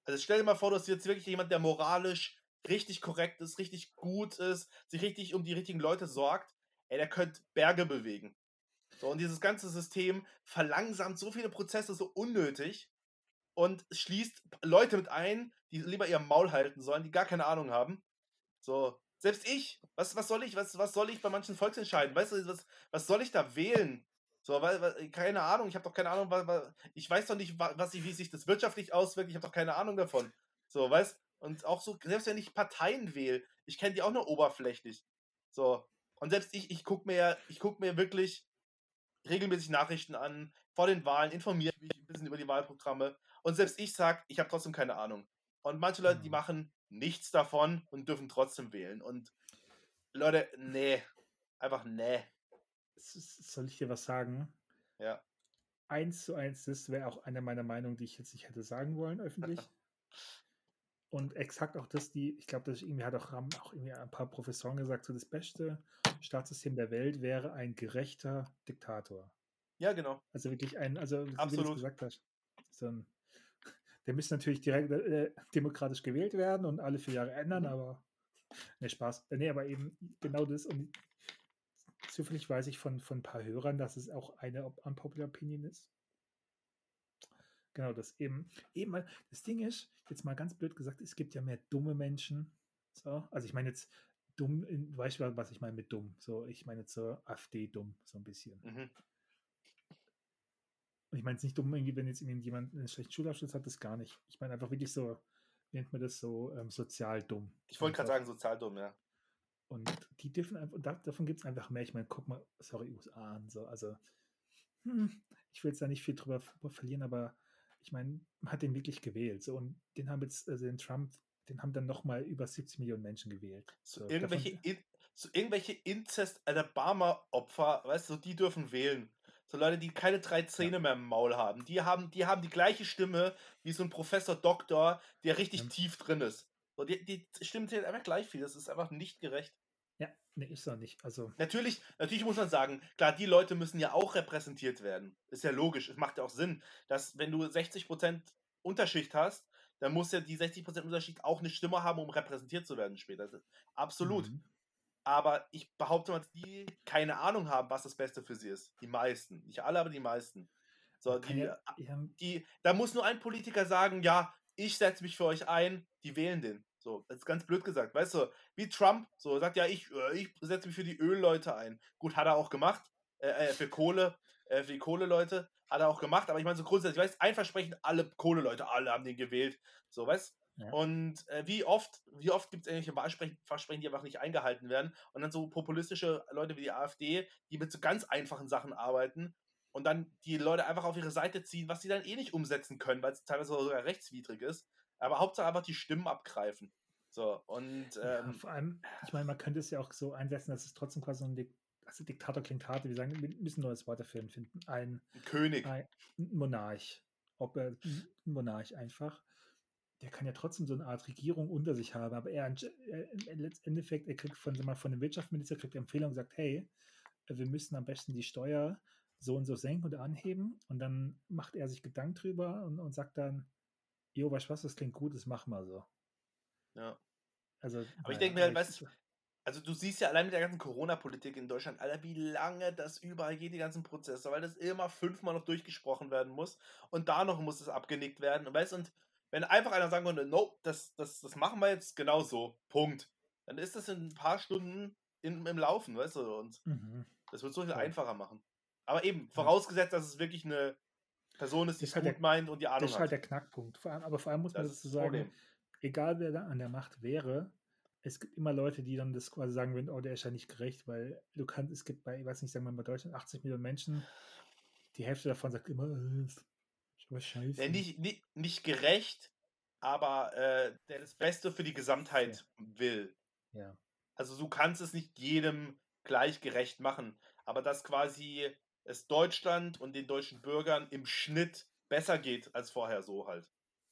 [SPEAKER 1] Also stell dir mal vor, du hast jetzt wirklich jemand, der moralisch richtig korrekt ist, richtig gut ist, sich richtig um die richtigen Leute sorgt. Ey, der könnte Berge bewegen. So, und dieses ganze System verlangsamt so viele Prozesse so unnötig und schließt Leute mit ein, die lieber ihr Maul halten sollen, die gar keine Ahnung haben. So, selbst ich, was, was soll ich, was, was soll ich bei manchen Volksentscheiden? Weißt du, was, was soll ich da wählen? So, weil, weil keine Ahnung, ich habe doch keine Ahnung, weil, weil, ich weiß doch nicht, wa- was ich, wie sich das wirtschaftlich auswirkt, ich habe doch keine Ahnung davon. So, weißt und auch so, selbst wenn ich Parteien wähle, ich kenne die auch nur oberflächlich. So, und selbst ich, ich gucke mir ja, ich gucke mir wirklich regelmäßig Nachrichten an, vor den Wahlen, informiere mich ein bisschen über die Wahlprogramme und selbst ich sage, ich habe trotzdem keine Ahnung. Und manche Leute, die
[SPEAKER 2] Hm.
[SPEAKER 1] machen nichts davon und dürfen trotzdem wählen. Und Leute, nee, einfach nee.
[SPEAKER 2] S- s- Soll ich dir was sagen?
[SPEAKER 1] Ja.
[SPEAKER 2] Eins zu eins, das wäre auch eine meiner Meinungen, die ich jetzt nicht hätte sagen wollen öffentlich. Und exakt auch das, die, ich glaube, das irgendwie hat auch, haben auch irgendwie ein paar Professoren gesagt, so das beste Staatssystem der Welt wäre ein gerechter Diktator.
[SPEAKER 1] Ja, genau.
[SPEAKER 2] Also wirklich ein, also wie du es
[SPEAKER 1] Absolut.
[SPEAKER 2] gesagt hast, so ein, der müsste natürlich direkt äh, demokratisch gewählt werden und alle vier Jahre ändern,
[SPEAKER 1] Mhm.
[SPEAKER 2] aber ne, Spaß. Nee, aber eben genau das. Und zufällig weiß ich von, von ein paar Hörern, dass es auch eine unpopular Opinion ist. Genau, das eben, eben mal, das Ding ist, jetzt mal ganz blöd gesagt, es gibt ja mehr dumme Menschen. So, also ich meine jetzt dumm, in, weißt du, was ich meine mit dumm? So, ich meine jetzt so AfD dumm, so ein bisschen.
[SPEAKER 1] Mhm.
[SPEAKER 2] Und ich meine jetzt nicht dumm, irgendwie, wenn jetzt jemand einen schlechten Schulabschluss hat, das gar nicht. Ich meine einfach wirklich so, wie nennt man das so, ähm, sozial dumm.
[SPEAKER 1] Ich wollte gerade
[SPEAKER 2] Einfach.
[SPEAKER 1] sagen, sozial dumm, ja.
[SPEAKER 2] Und die dürfen einfach, und da, davon gibt es einfach mehr. Ich meine, guck mal, sorry, U S A und so, also hm, ich will jetzt da nicht viel drüber verlieren, aber ich meine, man hat den wirklich gewählt. So, und den haben jetzt, also den Trump, den haben dann nochmal über siebzig Millionen Menschen gewählt.
[SPEAKER 1] So
[SPEAKER 2] So,
[SPEAKER 1] irgendwelche,
[SPEAKER 2] davon,
[SPEAKER 1] In so irgendwelche Incest-Alabama-Opfer, weißt du, die dürfen wählen. So Leute, die keine drei
[SPEAKER 2] ja,
[SPEAKER 1] Zähne mehr im Maul haben. Die haben, die haben die gleiche Stimme wie so ein Professor Doktor, der richtig
[SPEAKER 2] ja,
[SPEAKER 1] tief drin ist. So, die, die Stimmen zählen einfach gleich viel. Das ist einfach nicht gerecht.
[SPEAKER 2] ja, nee, ist doch nicht. Also,
[SPEAKER 1] Natürlich, natürlich muss man sagen, klar, die Leute müssen ja auch repräsentiert werden. Ist ja logisch. Es macht ja auch Sinn, dass wenn du sechzig Prozent Unterschicht hast, dann muss ja die sechzig Prozent Unterschicht auch eine Stimme haben, um repräsentiert zu werden später. Das ist absolut.
[SPEAKER 2] mhm.
[SPEAKER 1] Aber ich behaupte mal, dass die keine Ahnung haben, was das Beste für sie ist. Die meisten. Nicht alle, aber die meisten. So,
[SPEAKER 2] Man kann
[SPEAKER 1] die,
[SPEAKER 2] ja, ja,
[SPEAKER 1] die, da muss nur ein Politiker sagen, ja, ich setze mich für euch ein, die wählen den. So, das ist ganz blöd gesagt. Weißt du, wie Trump, so sagt ja, ich, äh, ich setze mich für die Ölleute ein. Gut, hat er auch gemacht. Äh, äh, für Kohle, äh, für die Kohleleute hat er auch gemacht. Aber ich meine, so grundsätzlich, weißt ein Versprechen, alle Kohleleute, alle haben den gewählt. So, weißt
[SPEAKER 2] ja.
[SPEAKER 1] und äh, wie oft, wie oft gibt es irgendwelche Wahlversprechen, die einfach nicht eingehalten werden? Und dann so populistische Leute wie die AfD, die mit so ganz einfachen Sachen arbeiten und dann die Leute einfach auf ihre Seite ziehen, was sie dann eh nicht umsetzen können, weil es teilweise sogar rechtswidrig ist. Aber Hauptsache einfach die Stimmen abgreifen. So, und
[SPEAKER 2] Ja,
[SPEAKER 1] ähm,
[SPEAKER 2] vor allem, ich meine, man könnte es ja auch so einsetzen, dass es trotzdem quasi so ein Dik also Diktator klingt hart, wir sagen, wir müssen ein neues Wort dafür finden. Ein,
[SPEAKER 1] ein König.
[SPEAKER 2] ein Monarch. Ob er ein Monarch einfach. Der kann ja trotzdem so eine Art Regierung unter sich haben, aber er, er im Endeffekt, er kriegt von, sag mal, von dem Wirtschaftsminister kriegt er Empfehlung und sagt, hey, wir müssen am besten die Steuer so und so senken oder anheben und dann macht er sich Gedanken drüber und, und sagt dann, jo, weißt du was, das klingt gut, das machen wir so.
[SPEAKER 1] Ja.
[SPEAKER 2] Also,
[SPEAKER 1] Aber ich
[SPEAKER 2] naja,
[SPEAKER 1] denke mir
[SPEAKER 2] aber
[SPEAKER 1] halt,
[SPEAKER 2] ich,
[SPEAKER 1] weißt
[SPEAKER 2] ich
[SPEAKER 1] also du siehst ja allein mit der ganzen Corona-Politik in Deutschland, Alter, wie lange das überall geht, die ganzen Prozesse, weil das immer fünfmal noch durchgesprochen werden muss und da noch muss es abgenickt werden. Und weißt und wenn einfach einer sagen würde, no, das, das, das machen wir jetzt genau so, Punkt, dann ist das in ein paar Stunden in, im Laufen, weißt du, und
[SPEAKER 2] mhm,
[SPEAKER 1] das wird so viel
[SPEAKER 2] voll.
[SPEAKER 1] einfacher machen. Aber eben,
[SPEAKER 2] Ja.
[SPEAKER 1] vorausgesetzt, dass es wirklich eine Person ist, die
[SPEAKER 2] Das
[SPEAKER 1] es
[SPEAKER 2] ist halt
[SPEAKER 1] gut
[SPEAKER 2] der,
[SPEAKER 1] meint und die
[SPEAKER 2] das
[SPEAKER 1] Ahnung
[SPEAKER 2] ist halt
[SPEAKER 1] hat.
[SPEAKER 2] der Knackpunkt. Vor allem, aber vor allem muss man
[SPEAKER 1] Das ist
[SPEAKER 2] dazu
[SPEAKER 1] das
[SPEAKER 2] sagen,
[SPEAKER 1] Problem.
[SPEAKER 2] egal wer da an der Macht wäre, es gibt immer Leute, die dann das quasi sagen würden, oh, der ist ja nicht gerecht, weil du kannst, es gibt bei, ich weiß nicht, sagen wir mal bei Deutschland achtzig Millionen Menschen, die Hälfte davon sagt immer, äh, ist aber
[SPEAKER 1] Ja,
[SPEAKER 2] scheiße.
[SPEAKER 1] nicht, nicht, nicht gerecht, aber äh, der das Beste für die
[SPEAKER 2] Fair.
[SPEAKER 1] Gesamtheit will.
[SPEAKER 2] Ja.
[SPEAKER 1] Also du kannst es nicht jedem gleich gerecht machen, aber dass quasi es Deutschland und den deutschen Bürgern im Schnitt besser geht als vorher so halt.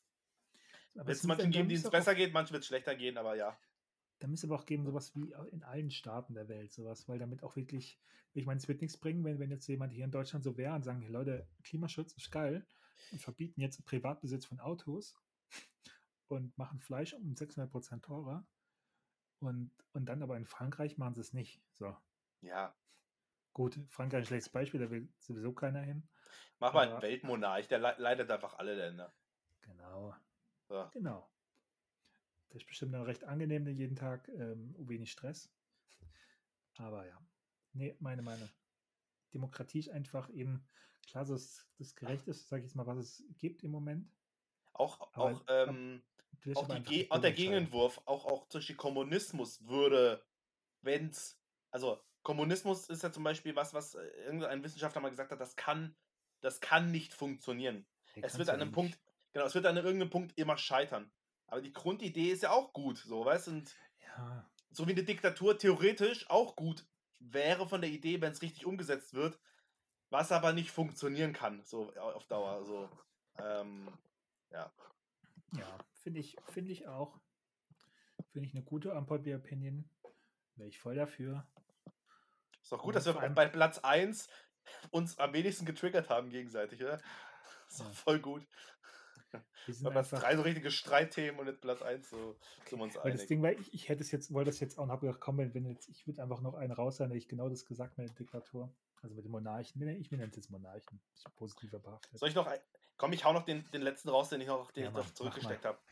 [SPEAKER 2] Aber
[SPEAKER 1] Wird
[SPEAKER 2] es
[SPEAKER 1] es
[SPEAKER 2] müsste,
[SPEAKER 1] manchen
[SPEAKER 2] da
[SPEAKER 1] geben, denen
[SPEAKER 2] müsste
[SPEAKER 1] es
[SPEAKER 2] auch auf,
[SPEAKER 1] besser geht, manchen wird es schlechter gehen, aber ja.
[SPEAKER 2] da müsste aber auch geben, sowas wie in allen Staaten der Welt, sowas, weil damit auch wirklich, ich meine, es wird nichts bringen, wenn, wenn jetzt jemand hier in Deutschland so wäre und sagen, hey Leute, Klimaschutz ist geil und verbieten jetzt Privatbesitz von Autos und machen Fleisch um sechshundert Prozent teurer. Und, und dann aber in Frankreich machen sie es nicht. So.
[SPEAKER 1] Ja.
[SPEAKER 2] Gut, Frankreich ein schlechtes Beispiel, da will sowieso keiner hin.
[SPEAKER 1] Mach mal einen Weltmonarch, der le leitet einfach alle Länder.
[SPEAKER 2] Genau.
[SPEAKER 1] So.
[SPEAKER 2] Genau. Das ist bestimmt dann recht angenehm jeden Tag, ähm, wenig Stress. Aber ja, nee, meine Meinung. Demokratie ist einfach eben, klar, das, das Gerechteste, sage ich jetzt mal, was es gibt im Moment.
[SPEAKER 1] Auch,
[SPEAKER 2] aber,
[SPEAKER 1] auch, ähm, auch, die Ge auch der Gegenentwurf, auch, auch zum Beispiel Kommunismus würde, wenn es, also Kommunismus ist ja zum Beispiel was, was irgendein Wissenschaftler mal gesagt hat, das kann, das kann nicht funktionieren. Nee, es wird an einem Punkt, genau, es wird an irgendeinem Punkt immer scheitern. Aber die Grundidee ist ja auch gut, so, weißt du? Und
[SPEAKER 2] ja.
[SPEAKER 1] so wie eine Diktatur theoretisch auch gut wäre von der Idee, wenn es richtig umgesetzt wird, was aber nicht funktionieren kann, so auf Dauer. So, ähm, ja.
[SPEAKER 2] Ja, finde ich, finde ich auch. Finde ich eine gute Unpopular Opinion. Wäre ich voll dafür.
[SPEAKER 1] Ist doch gut, dass wir auch bei Platz eins uns am wenigsten getriggert haben gegenseitig, oder? Ist doch ja. voll gut.
[SPEAKER 2] Wir sind
[SPEAKER 1] bei Platz drei so richtige Streitthemen und jetzt Platz eins so
[SPEAKER 2] okay.
[SPEAKER 1] sind wir uns
[SPEAKER 2] Weil
[SPEAKER 1] einig.
[SPEAKER 2] das Ding war, ich, ich hätte es jetzt, wollte das jetzt auch und habe gedacht, komm, wenn jetzt, ich würde einfach noch einen raus sein, hätte ich genau das gesagt mit der Diktatur. Also mit den Monarchen. Ich nenne es jetzt Monarchen. Ich bin positiver behaftet.
[SPEAKER 1] Soll ich noch, ein, komm, ich hau noch den, den letzten raus, den ich noch, den ja, ich mach, noch zurückgesteckt habe.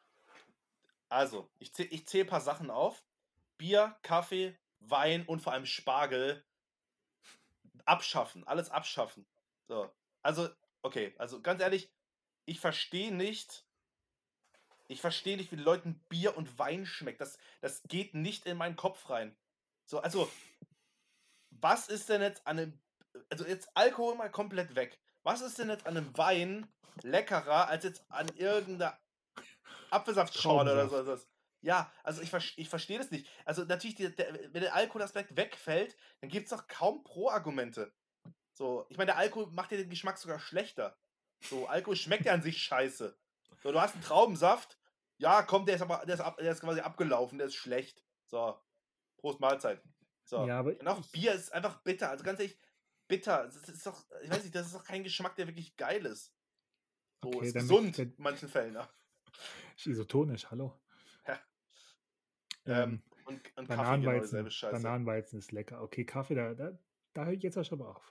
[SPEAKER 1] Also, ich zähle ich zähl ein paar Sachen auf. Bier, Kaffee, Wein und vor allem Spargel abschaffen. Alles abschaffen. So. Also, okay, also ganz ehrlich, ich verstehe nicht, ich verstehe nicht, wie den Leuten Bier und Wein schmeckt. Das, das geht nicht in meinen Kopf rein. So, also, was ist denn jetzt an einem, also jetzt Alkohol mal komplett weg. Was ist denn jetzt an einem Wein leckerer als jetzt an irgendeiner Apfelsaftschorle oder so? Das? Ja, also ich, ich verstehe das nicht. Also natürlich, die, der, wenn der Alkoholaspekt wegfällt, dann gibt es doch kaum Pro-Argumente. So, ich meine, der Alkohol macht ja den Geschmack sogar schlechter. So, Alkohol schmeckt ja an sich scheiße. So, du hast einen Traubensaft, ja, komm, der ist aber, der ist, ab, der ist quasi abgelaufen, der ist schlecht. So, Prost Mahlzeit. So,
[SPEAKER 2] ja, aber
[SPEAKER 1] und auch Bier ist einfach bitter. Also ganz ehrlich, bitter. Das ist doch, ich weiß nicht, das ist doch kein Geschmack, der wirklich geil ist. So, okay, ist gesund in manchen Fällen. Ja.
[SPEAKER 2] Ist isotonisch, hallo.
[SPEAKER 1] Ja.
[SPEAKER 2] Ähm, und, und Bananenweizen, genau Bananenweizen ist lecker. Okay, Kaffee, da, da, da höre ich jetzt auch schon mal auf.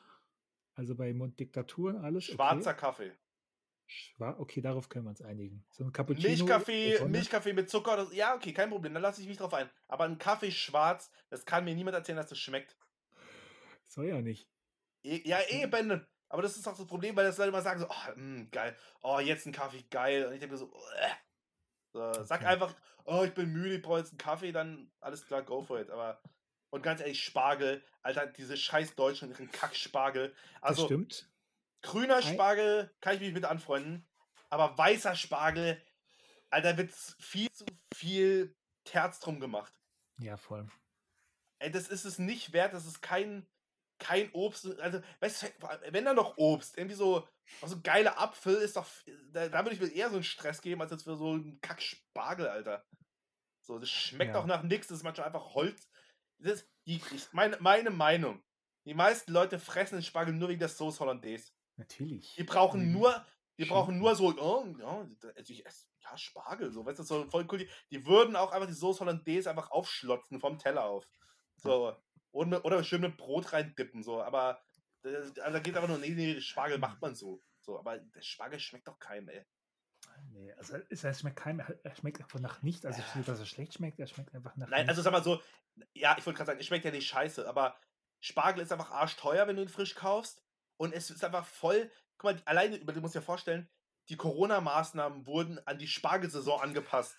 [SPEAKER 2] Also bei Diktaturen alles
[SPEAKER 1] Schwarzer
[SPEAKER 2] okay.
[SPEAKER 1] Kaffee.
[SPEAKER 2] Schwar okay, darauf können wir uns einigen. So ein Cappuccino.
[SPEAKER 1] Milchkaffee, Milchkaffee mit Zucker. Das, ja, okay, kein Problem, dann lasse ich mich drauf ein. Aber ein Kaffee schwarz, das kann mir niemand erzählen, dass das schmeckt.
[SPEAKER 2] Soll ja nicht.
[SPEAKER 1] E ja, eben. Aber das ist auch das Problem, weil das Leute immer sagen so, oh, mh, geil, oh, jetzt ein Kaffee, geil. Und ich denke so, äh. so okay. Sag einfach, oh, ich bin müde, ich brauche jetzt einen Kaffee, dann alles klar, go for it. Aber, und ganz ehrlich, Spargel, Alter, diese scheiß Deutschen und ihren Kack-Spargel. Also,
[SPEAKER 2] das stimmt.
[SPEAKER 1] Grüner Spargel kann ich mich mit anfreunden, aber weißer Spargel, Alter, wird viel zu viel Terz drum gemacht.
[SPEAKER 2] Ja, voll.
[SPEAKER 1] Ey, das ist es nicht wert, das ist kein, kein Obst, also, weißt du, wenn da noch Obst, irgendwie so, so geile Apfel ist doch, da, da würde ich mir eher so einen Stress geben, als jetzt für so einen Kack-Spargel, Alter. So, das schmeckt
[SPEAKER 2] ja.
[SPEAKER 1] auch nach nichts, das ist manchmal einfach Holz. Das ist, die, ich, meine, meine Meinung, die meisten Leute fressen den Spargel nur wegen der Sauce Hollandaise.
[SPEAKER 2] Natürlich.
[SPEAKER 1] Die brauchen nur, die brauchen nur so, oh, ja, ich esse, ja, Spargel, so, weißt du, so voll cool. Die, die würden auch einfach die Sauce Hollandaise einfach aufschlotzen vom Teller auf. So, oder, oder schön mit Brot reindippen, so, aber also da geht aber nur, nee, nee, Spargel macht man so. So, aber der Spargel schmeckt doch keinem, ey.
[SPEAKER 2] Nee, also es schmeckt keinem, er schmeckt einfach nach nichts, also nicht, dass er schlecht schmeckt, er schmeckt einfach nach
[SPEAKER 1] Nein, also sag mal so, ja, ich wollte gerade sagen, es schmeckt ja nicht scheiße, aber Spargel ist einfach arschteuer, wenn du ihn frisch kaufst. Und es ist einfach voll, guck mal, alleine, du musst dir vorstellen, die Corona-Maßnahmen wurden an die Spargelsaison angepasst.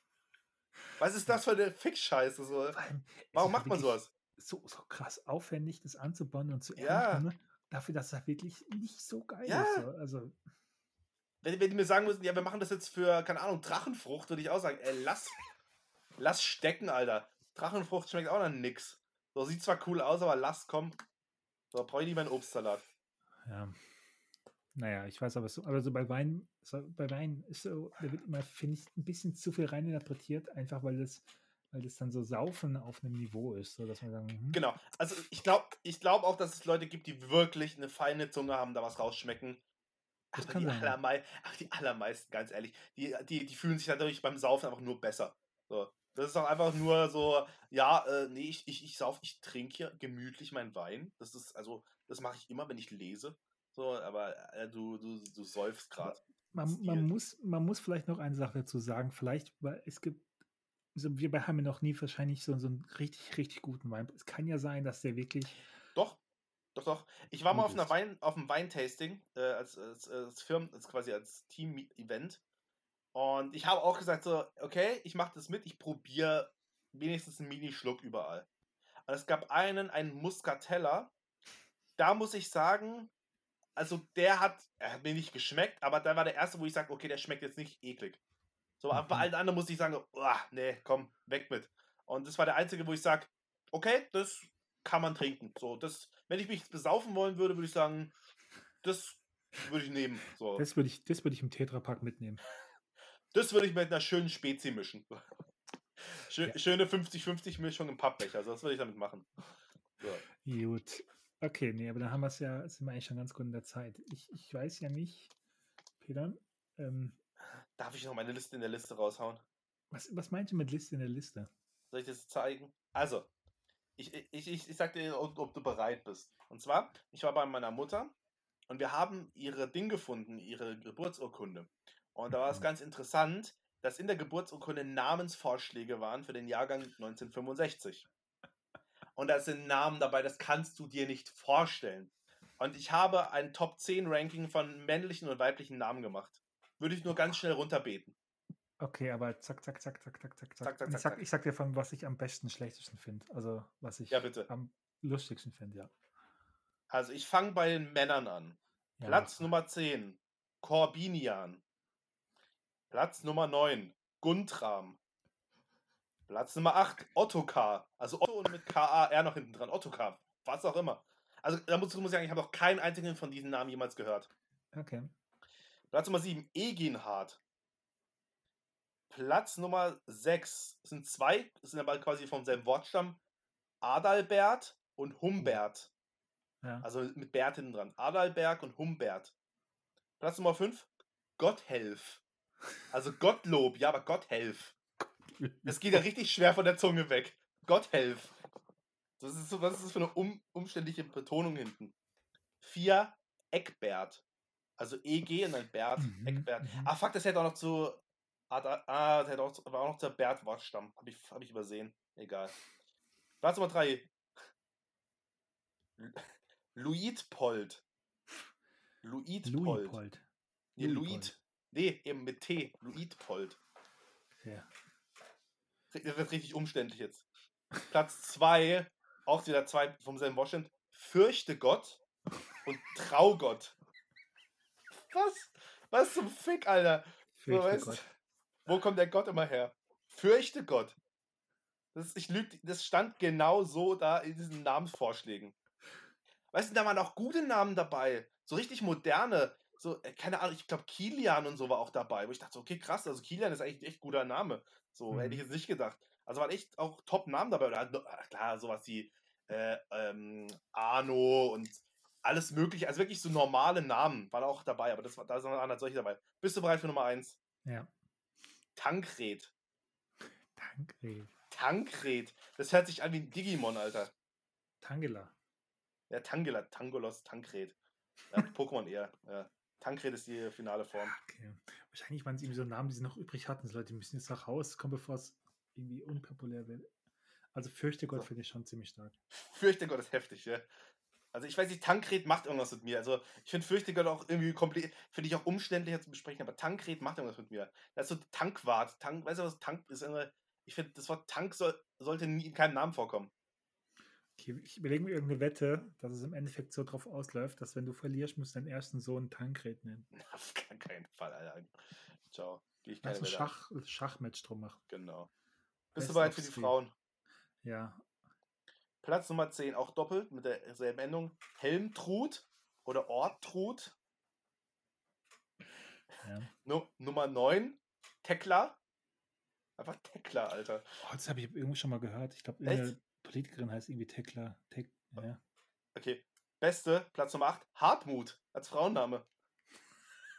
[SPEAKER 1] Was ist das für eine Fick-Scheiße? So? Warum macht man sowas?
[SPEAKER 2] So, so krass aufwendig, das anzubauen und zu
[SPEAKER 1] ernten,
[SPEAKER 2] ja. Dafür, dass er wirklich nicht so geil
[SPEAKER 1] ja.
[SPEAKER 2] ist. So. Also,
[SPEAKER 1] wenn, wenn die mir sagen müssen, ja, wir machen das jetzt für, keine Ahnung, Drachenfrucht, würde ich auch sagen, ey, lass, lass stecken, Alter. Drachenfrucht schmeckt auch nach nix. So, sieht zwar cool aus, aber lass, komm. So, brauche ich lieber einen Obstsalat.
[SPEAKER 2] Ja. Naja, ich weiß aber so, aber so bei Wein, so bei Wein ist so, da wird immer, finde ich, ein bisschen zu viel reininterpretiert, einfach weil das, weil das dann so Saufen auf einem Niveau ist, so dass man sagen, hm.
[SPEAKER 1] Genau, also ich glaube ich glaub auch, dass es Leute gibt, die wirklich eine feine Zunge haben, da was rausschmecken.
[SPEAKER 2] Das
[SPEAKER 1] Aber
[SPEAKER 2] kann
[SPEAKER 1] die,
[SPEAKER 2] sein, ja.
[SPEAKER 1] allermei aber die allermeisten, ganz ehrlich, die, die, die fühlen sich dadurch beim Saufen einfach nur besser. So. Das ist auch einfach nur so, ja, äh, nee, ich, ich, ich sauf, ich trinke hier gemütlich meinen Wein. Das ist, also, das mache ich immer, wenn ich lese. So, aber äh, du, du, du säufst
[SPEAKER 2] Aber
[SPEAKER 1] gerade mit
[SPEAKER 2] man, man,
[SPEAKER 1] Stil.
[SPEAKER 2] muss, man muss vielleicht noch eine Sache dazu sagen. Vielleicht, weil es gibt, so, wir bei haben ja noch nie wahrscheinlich so, so einen richtig, richtig guten Wein. Es kann ja sein, dass der wirklich
[SPEAKER 1] Doch, doch, doch. Ich war mal
[SPEAKER 2] gut
[SPEAKER 1] auf einer
[SPEAKER 2] ist.
[SPEAKER 1] Wein, auf einem Weintasting, äh, als, als, als Firmen, als quasi als Team-Event. Und ich habe auch gesagt so, okay, ich mache das mit, ich probiere wenigstens einen Mini-Schluck überall. Und es gab einen, einen Muscatella. Da muss ich sagen, also der hat, er hat mir nicht geschmeckt, aber da war der erste, wo ich sage, okay, der schmeckt jetzt nicht eklig. So, aber bei
[SPEAKER 2] Mhm.
[SPEAKER 1] allen anderen muss ich sagen, oh, nee, komm, weg mit. Und das war der einzige, wo ich sage, okay, das kann man trinken. So, das, wenn ich mich besaufen wollen würde, würde ich sagen, das würde ich nehmen. So,
[SPEAKER 2] Das würde ich, das würde ich im Tetrapack mitnehmen.
[SPEAKER 1] das würde ich mit einer schönen Spezi mischen. Schö
[SPEAKER 2] Ja.
[SPEAKER 1] Schöne fünfzig fünfzig Mischung im Pappbecher. Also das würde ich damit machen. So.
[SPEAKER 2] Gut. Okay, nee, aber dann haben wir es ja, sind wir eigentlich schon ganz gut in der Zeit. Ich, ich weiß ja nicht, Peter, ähm,
[SPEAKER 1] Darf ich noch meine Liste in der Liste raushauen?
[SPEAKER 2] was, was meinst du mit Liste in der Liste?
[SPEAKER 1] Soll ich das zeigen? Also, ich, ich, ich, ich sag dir, ob, ob du bereit bist. Und zwar, ich war bei meiner Mutter und wir haben ihre Ding gefunden, ihre Geburtsurkunde. Und da war es
[SPEAKER 2] Mhm.
[SPEAKER 1] ganz interessant, dass in der Geburtsurkunde Namensvorschläge waren für den Jahrgang neunzehnhundertfünfundsechzig. Und da sind Namen dabei, das kannst du dir nicht vorstellen. Und ich habe ein Top zehn Ranking von männlichen und weiblichen Namen gemacht. Würde ich nur ganz schnell runterbeten.
[SPEAKER 2] Okay, aber zack, zack, zack, zack, zack, zack,
[SPEAKER 1] Zack,
[SPEAKER 2] zack.
[SPEAKER 1] zack,
[SPEAKER 2] Und ich
[SPEAKER 1] zack,
[SPEAKER 2] sag,
[SPEAKER 1] zack.
[SPEAKER 2] ich sag dir von, was ich am besten, schlechtesten finde. Also, was
[SPEAKER 1] Ja,
[SPEAKER 2] ich
[SPEAKER 1] bitte.
[SPEAKER 2] am lustigsten finde, ja.
[SPEAKER 1] Also ich fange bei den Männern an.
[SPEAKER 2] Ja,
[SPEAKER 1] Platz
[SPEAKER 2] mach mal.
[SPEAKER 1] Nummer zehn, Corbinian. Platz Nummer neun, Guntram. Platz Nummer acht, Ottokar. Also Otto und mit K A R noch hinten dran. Ottokar. Was auch immer. Also da muss, muss ich sagen, ich habe noch keinen einzigen von diesen Namen jemals gehört.
[SPEAKER 2] Okay.
[SPEAKER 1] Platz Nummer sieben, Eginhard. Platz Nummer sechs sind zwei, sind aber quasi vom selben Wortstamm. Adalbert und Humbert.
[SPEAKER 2] Ja.
[SPEAKER 1] Also mit Bert hinten dran. Adalberg und Humbert. Platz Nummer fünf, Gotthelf. Also Gottlob, ja, aber Gotthelf. Das geht ja richtig schwer von der Zunge weg. Gotthelf. Das ist so, was ist das für eine um, umständliche Betonung hinten? Vier, Eckbert. Also E G und dann Bert,
[SPEAKER 2] Mhm,
[SPEAKER 1] Eckbert.
[SPEAKER 2] mhm.
[SPEAKER 1] Ah, fuck, das hätte auch noch zu. Ah, da, ah, das hätte auch, war auch noch zur Bert-Wortstamm. Hab ich, hab ich übersehen. Egal. Platz Nummer drei. Luitpold. Luitpold.
[SPEAKER 2] Luitpold.
[SPEAKER 1] Nee,
[SPEAKER 2] Luitpold.
[SPEAKER 1] Luit. Nee, eben mit T. Luitpold.
[SPEAKER 2] Ja.
[SPEAKER 1] Das wird richtig umständlich jetzt. Platz zwei, auch wieder zwei vom selben Wortstamm. Fürchte Gott und Traugott. Was? Was zum Fick, Alter? So,
[SPEAKER 2] Fürchte
[SPEAKER 1] weißt,
[SPEAKER 2] Gott.
[SPEAKER 1] wo kommt der Gott immer her? Fürchte Gott. Das, ist, ich lüg, das stand genau so da in diesen Namensvorschlägen. Weißt du, da waren auch gute Namen dabei. So richtig moderne. So, äh, keine Ahnung, ich glaube Kilian und so war auch dabei. Wo ich dachte, okay, krass, also Kilian ist eigentlich ein echt guter Name. So,
[SPEAKER 2] Mhm.
[SPEAKER 1] hätte ich jetzt nicht gedacht. Also waren echt auch Top-Namen dabei. Oder, klar, sowas wie äh, ähm, Arno und alles mögliche. Also wirklich so normale Namen waren auch dabei. Aber das war, da sind andere solche dabei. Bist du bereit für Nummer eins?
[SPEAKER 2] Ja.
[SPEAKER 1] Tankred.
[SPEAKER 2] Tankred.
[SPEAKER 1] Tankred. Das hört sich an wie ein Digimon, Alter.
[SPEAKER 2] Tangela.
[SPEAKER 1] Ja, Tangela, Tangolos, Tankred. Ja, Pokémon eher. Ja. Tankred ist die finale Form.
[SPEAKER 2] Okay. Wahrscheinlich waren es irgendwie so Namen, die sie noch übrig hatten. So Leute, die müssen jetzt auch rauskommen, bevor es irgendwie unpopulär wird. Also Fürchte Gott
[SPEAKER 1] So.
[SPEAKER 2] finde ich schon ziemlich stark.
[SPEAKER 1] Fürchte Gott ist heftig, ja. Also ich weiß nicht, Tankred macht irgendwas mit mir. Also ich finde Fürchte Gott auch irgendwie komplett, finde ich auch umständlicher zu besprechen, aber Tankred macht irgendwas mit mir. Das ist so Tankwart. Tank, weißt du was Tank ist? Irgendwie, ich finde, das Wort Tank soll, sollte nie in keinem Namen vorkommen.
[SPEAKER 2] Okay, ich überlege mir irgendeine Wette, dass es im Endeffekt so drauf ausläuft, dass wenn du verlierst, musst du deinen ersten Sohn Tankred nennen.
[SPEAKER 1] Auf gar keinen Fall, Alter. Ciao. Gehe ich keine
[SPEAKER 2] Lass ein
[SPEAKER 1] Wette
[SPEAKER 2] Schach, Schachmatch drum machen.
[SPEAKER 1] Genau. Bist
[SPEAKER 2] Best
[SPEAKER 1] du bereit
[SPEAKER 2] of
[SPEAKER 1] für die
[SPEAKER 2] three.
[SPEAKER 1] Frauen?
[SPEAKER 2] Ja.
[SPEAKER 1] Platz Nummer zehn, auch doppelt, mit derselben Endung. Helmtrud oder Ortrud.
[SPEAKER 2] ja.
[SPEAKER 1] Nu Nummer neun, Tekla. Einfach Tekla, Alter.
[SPEAKER 2] Oh, das habe ich irgendwo schon mal gehört. Ich glaube,
[SPEAKER 1] Echt?
[SPEAKER 2] irgendeine Politikerin heißt irgendwie Tekla. Tek, ja.
[SPEAKER 1] Okay. Beste, Platz Nummer acht, Hartmut als Frauenname.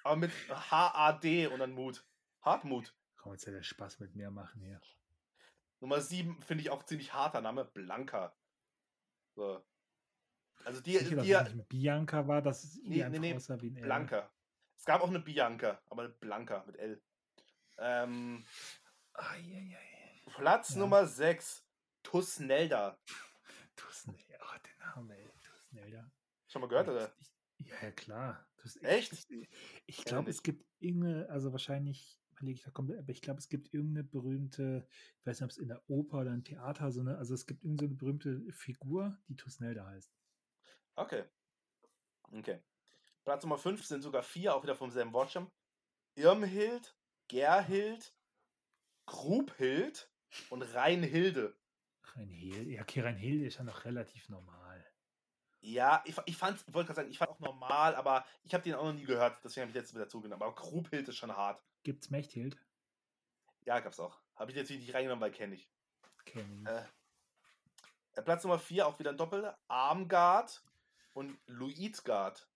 [SPEAKER 1] aber mit H A D und dann Mut. Hartmut.
[SPEAKER 2] Komm, jetzt soll der Spaß mit mir machen hier.
[SPEAKER 1] Nummer sieben finde ich auch ziemlich harter Name, Blanca. So. Also die,
[SPEAKER 2] Sicher, dass
[SPEAKER 1] die
[SPEAKER 2] es nicht mit Bianca war, dass es
[SPEAKER 1] nee,
[SPEAKER 2] ihr
[SPEAKER 1] nee,
[SPEAKER 2] einfach
[SPEAKER 1] nee,
[SPEAKER 2] aussah wie ein L.
[SPEAKER 1] Blanca. Es gab auch eine Bianca, aber eine Blanca mit L. Ähm,
[SPEAKER 2] Eieiei.
[SPEAKER 1] Platz
[SPEAKER 2] Ja.
[SPEAKER 1] Nummer sechs, Tusnelda.
[SPEAKER 2] Tusnelda, oh, der Name, ey. Tusnelda.
[SPEAKER 1] Schon mal gehört, oder?
[SPEAKER 2] Ich, ja, ja, klar. Das,
[SPEAKER 1] Echt?
[SPEAKER 2] Ich, ich
[SPEAKER 1] Ja,
[SPEAKER 2] glaube, es
[SPEAKER 1] nicht.
[SPEAKER 2] gibt irgendeine, also wahrscheinlich, überlege ich da komplett, aber ich glaube, es gibt irgendeine berühmte, ich weiß nicht, ob es in der Oper oder im Theater so eine, also es gibt irgendeine berühmte Figur, die Tusnelda heißt.
[SPEAKER 1] Okay. Okay. Platz Nummer fünf sind sogar vier, auch wieder vom selben Wortstamm. Irmhild, Gerhild, Grubhild und Reinhilde.
[SPEAKER 2] Reinhilde, ja, okay, Reinhilde ist ja noch relativ normal.
[SPEAKER 1] Ja, ich, ich fand, ich wollte gerade sagen, ich fand auch normal, aber ich habe den auch noch nie gehört, deswegen habe ich jetzt wieder zugenommen. Aber Grubhild ist schon hart.
[SPEAKER 2] Gibt's Mechthild?
[SPEAKER 1] Ja, gab's auch. Habe ich jetzt nicht reingenommen, weil kenne ich.
[SPEAKER 2] Kenn ich.
[SPEAKER 1] Äh, Platz Nummer vier, auch wieder ein Doppel. Armgard und Luitgard.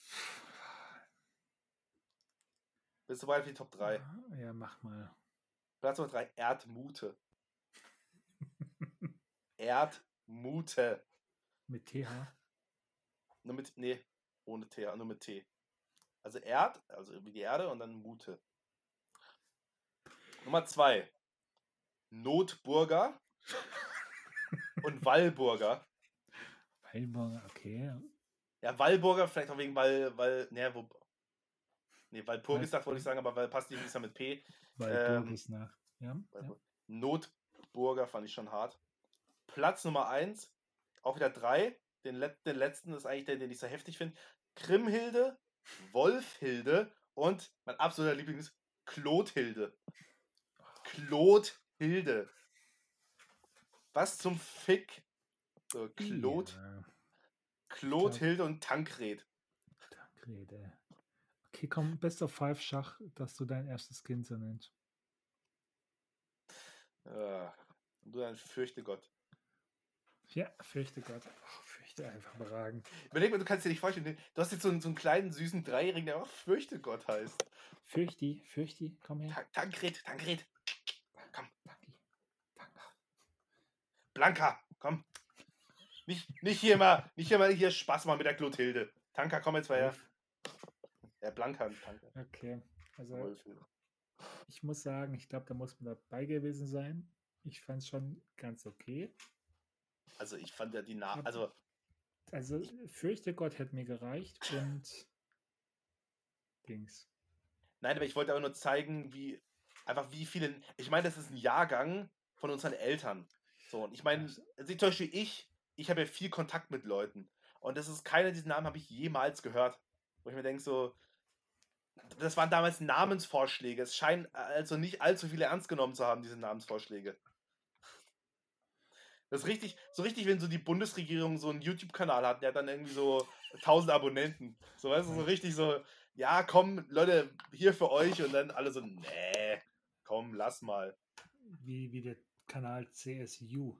[SPEAKER 1] Bist du bereit für die Top drei?
[SPEAKER 2] Ja, mach mal.
[SPEAKER 1] Platz Nummer drei, Erdmute. Erdmute.
[SPEAKER 2] Mit T H?
[SPEAKER 1] Nur mit, nee, ohne T, nur mit T. Also Erd, also wie die Erde und dann Mute. Nummer zwei, Notburger und Wallburger.
[SPEAKER 2] Wallburger, okay.
[SPEAKER 1] Ja, Wallburger, vielleicht auch wegen, weil, weil, ne, wo, nee, Walpurgisnacht wollte ich sagen, aber weil passt die ist ja mit P.
[SPEAKER 2] Walpurgisnacht, ähm, ja.
[SPEAKER 1] ja. Notburger fand ich schon hart. Platz Nummer eins, auch wieder drei. Den, Let den letzten ist eigentlich der, den ich so heftig finde. Kriemhilde, Wolfhilde und mein absoluter Liebling ist Klothilde. Klothilde. Was zum Fick? So, Klot,
[SPEAKER 2] Ja.
[SPEAKER 1] Klothilde und Tankred.
[SPEAKER 2] Tankred, ey. Okay, komm, Best of Five Schach, dass du dein erstes Kind so nennst.
[SPEAKER 1] Ja, und du dann fürchte Gott.
[SPEAKER 2] Ja, fürchte Gott. Ach, fürchte einfach überragend.
[SPEAKER 1] Überleg mal, du kannst dir nicht vorstellen, du hast jetzt so einen, so einen kleinen, süßen Dreijährigen, der auch fürchte Gott heißt.
[SPEAKER 2] Fürchti, Fürchti, komm her.
[SPEAKER 1] Ta Tankred, Tankred. Komm.
[SPEAKER 2] Tanki. Tanka.
[SPEAKER 1] Blanca, komm. Nicht, nicht hier mal, nicht hier mal hier Spaß machen mit der Klothilde. Tanka, komm jetzt mal her. Ja, Blanca, Tanka.
[SPEAKER 2] Okay, also
[SPEAKER 1] Wolfhilde.
[SPEAKER 2] ich muss sagen, ich glaube, da muss man dabei gewesen sein. Ich fand es schon ganz okay.
[SPEAKER 1] Also ich fand ja die Namen, also...
[SPEAKER 2] Also fürchte Gott hätte mir gereicht und Dings.
[SPEAKER 1] Nein, aber ich wollte aber nur zeigen, wie, einfach wie viele, ich meine, das ist ein Jahrgang von unseren Eltern. So, und ich meine, also zum Beispiel ich, ich habe ja viel Kontakt mit Leuten. Und das ist, keiner dieser Namen habe ich jemals gehört. Wo ich mir denke, so, das waren damals Namensvorschläge. Es scheinen also nicht allzu viele ernst genommen zu haben, diese Namensvorschläge. Das ist richtig, so richtig, wenn so die Bundesregierung so einen YouTube-Kanal hat, der hat dann irgendwie so tausend Abonnenten. So, weißt du, so richtig so, ja, komm, Leute, hier für euch. Und dann alle so, nee, komm, lass mal.
[SPEAKER 2] Wie, wie der Kanal C S U.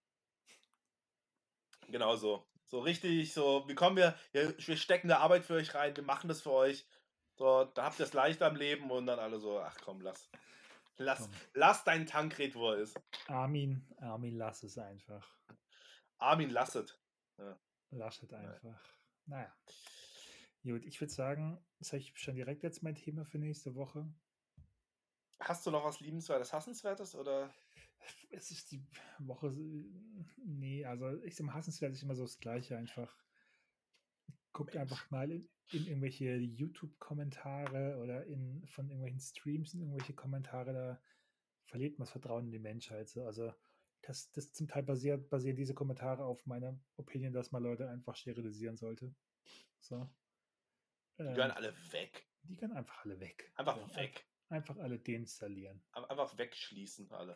[SPEAKER 1] Genau so. So richtig, so, wie kommen wir, wir, wir stecken da Arbeit für euch rein, wir machen das für euch. So, da habt ihr es leicht am Leben und dann alle so, ach komm, lass. Lass,
[SPEAKER 2] Komm.
[SPEAKER 1] lass deinen Tankred, wo er ist.
[SPEAKER 2] Armin, Armin, lass es einfach.
[SPEAKER 1] Armin, lasset. Ja.
[SPEAKER 2] Lasset einfach. Naja. Gut, ich würde sagen, das habe ich schon direkt jetzt mein Thema für nächste Woche.
[SPEAKER 1] Hast du noch was Liebenswertes, Hassenswertes oder?
[SPEAKER 2] Es ist die Woche, nee, also ich im Hassenswert ist immer so das Gleiche einfach. Guckt
[SPEAKER 1] Mensch.
[SPEAKER 2] einfach mal in, in irgendwelche YouTube-Kommentare oder in von irgendwelchen Streams in irgendwelche Kommentare, da verliert man das Vertrauen in die Menschheit. So. Also das, das zum Teil basiert, basieren diese Kommentare auf meiner Opinion, dass man Leute einfach sterilisieren sollte. So.
[SPEAKER 1] Die
[SPEAKER 2] Ähm,
[SPEAKER 1] gehören alle weg.
[SPEAKER 2] Die können einfach alle weg.
[SPEAKER 1] Einfach
[SPEAKER 2] so,
[SPEAKER 1] weg.
[SPEAKER 2] Einfach, einfach alle deinstallieren.
[SPEAKER 1] Einfach wegschließen, alle.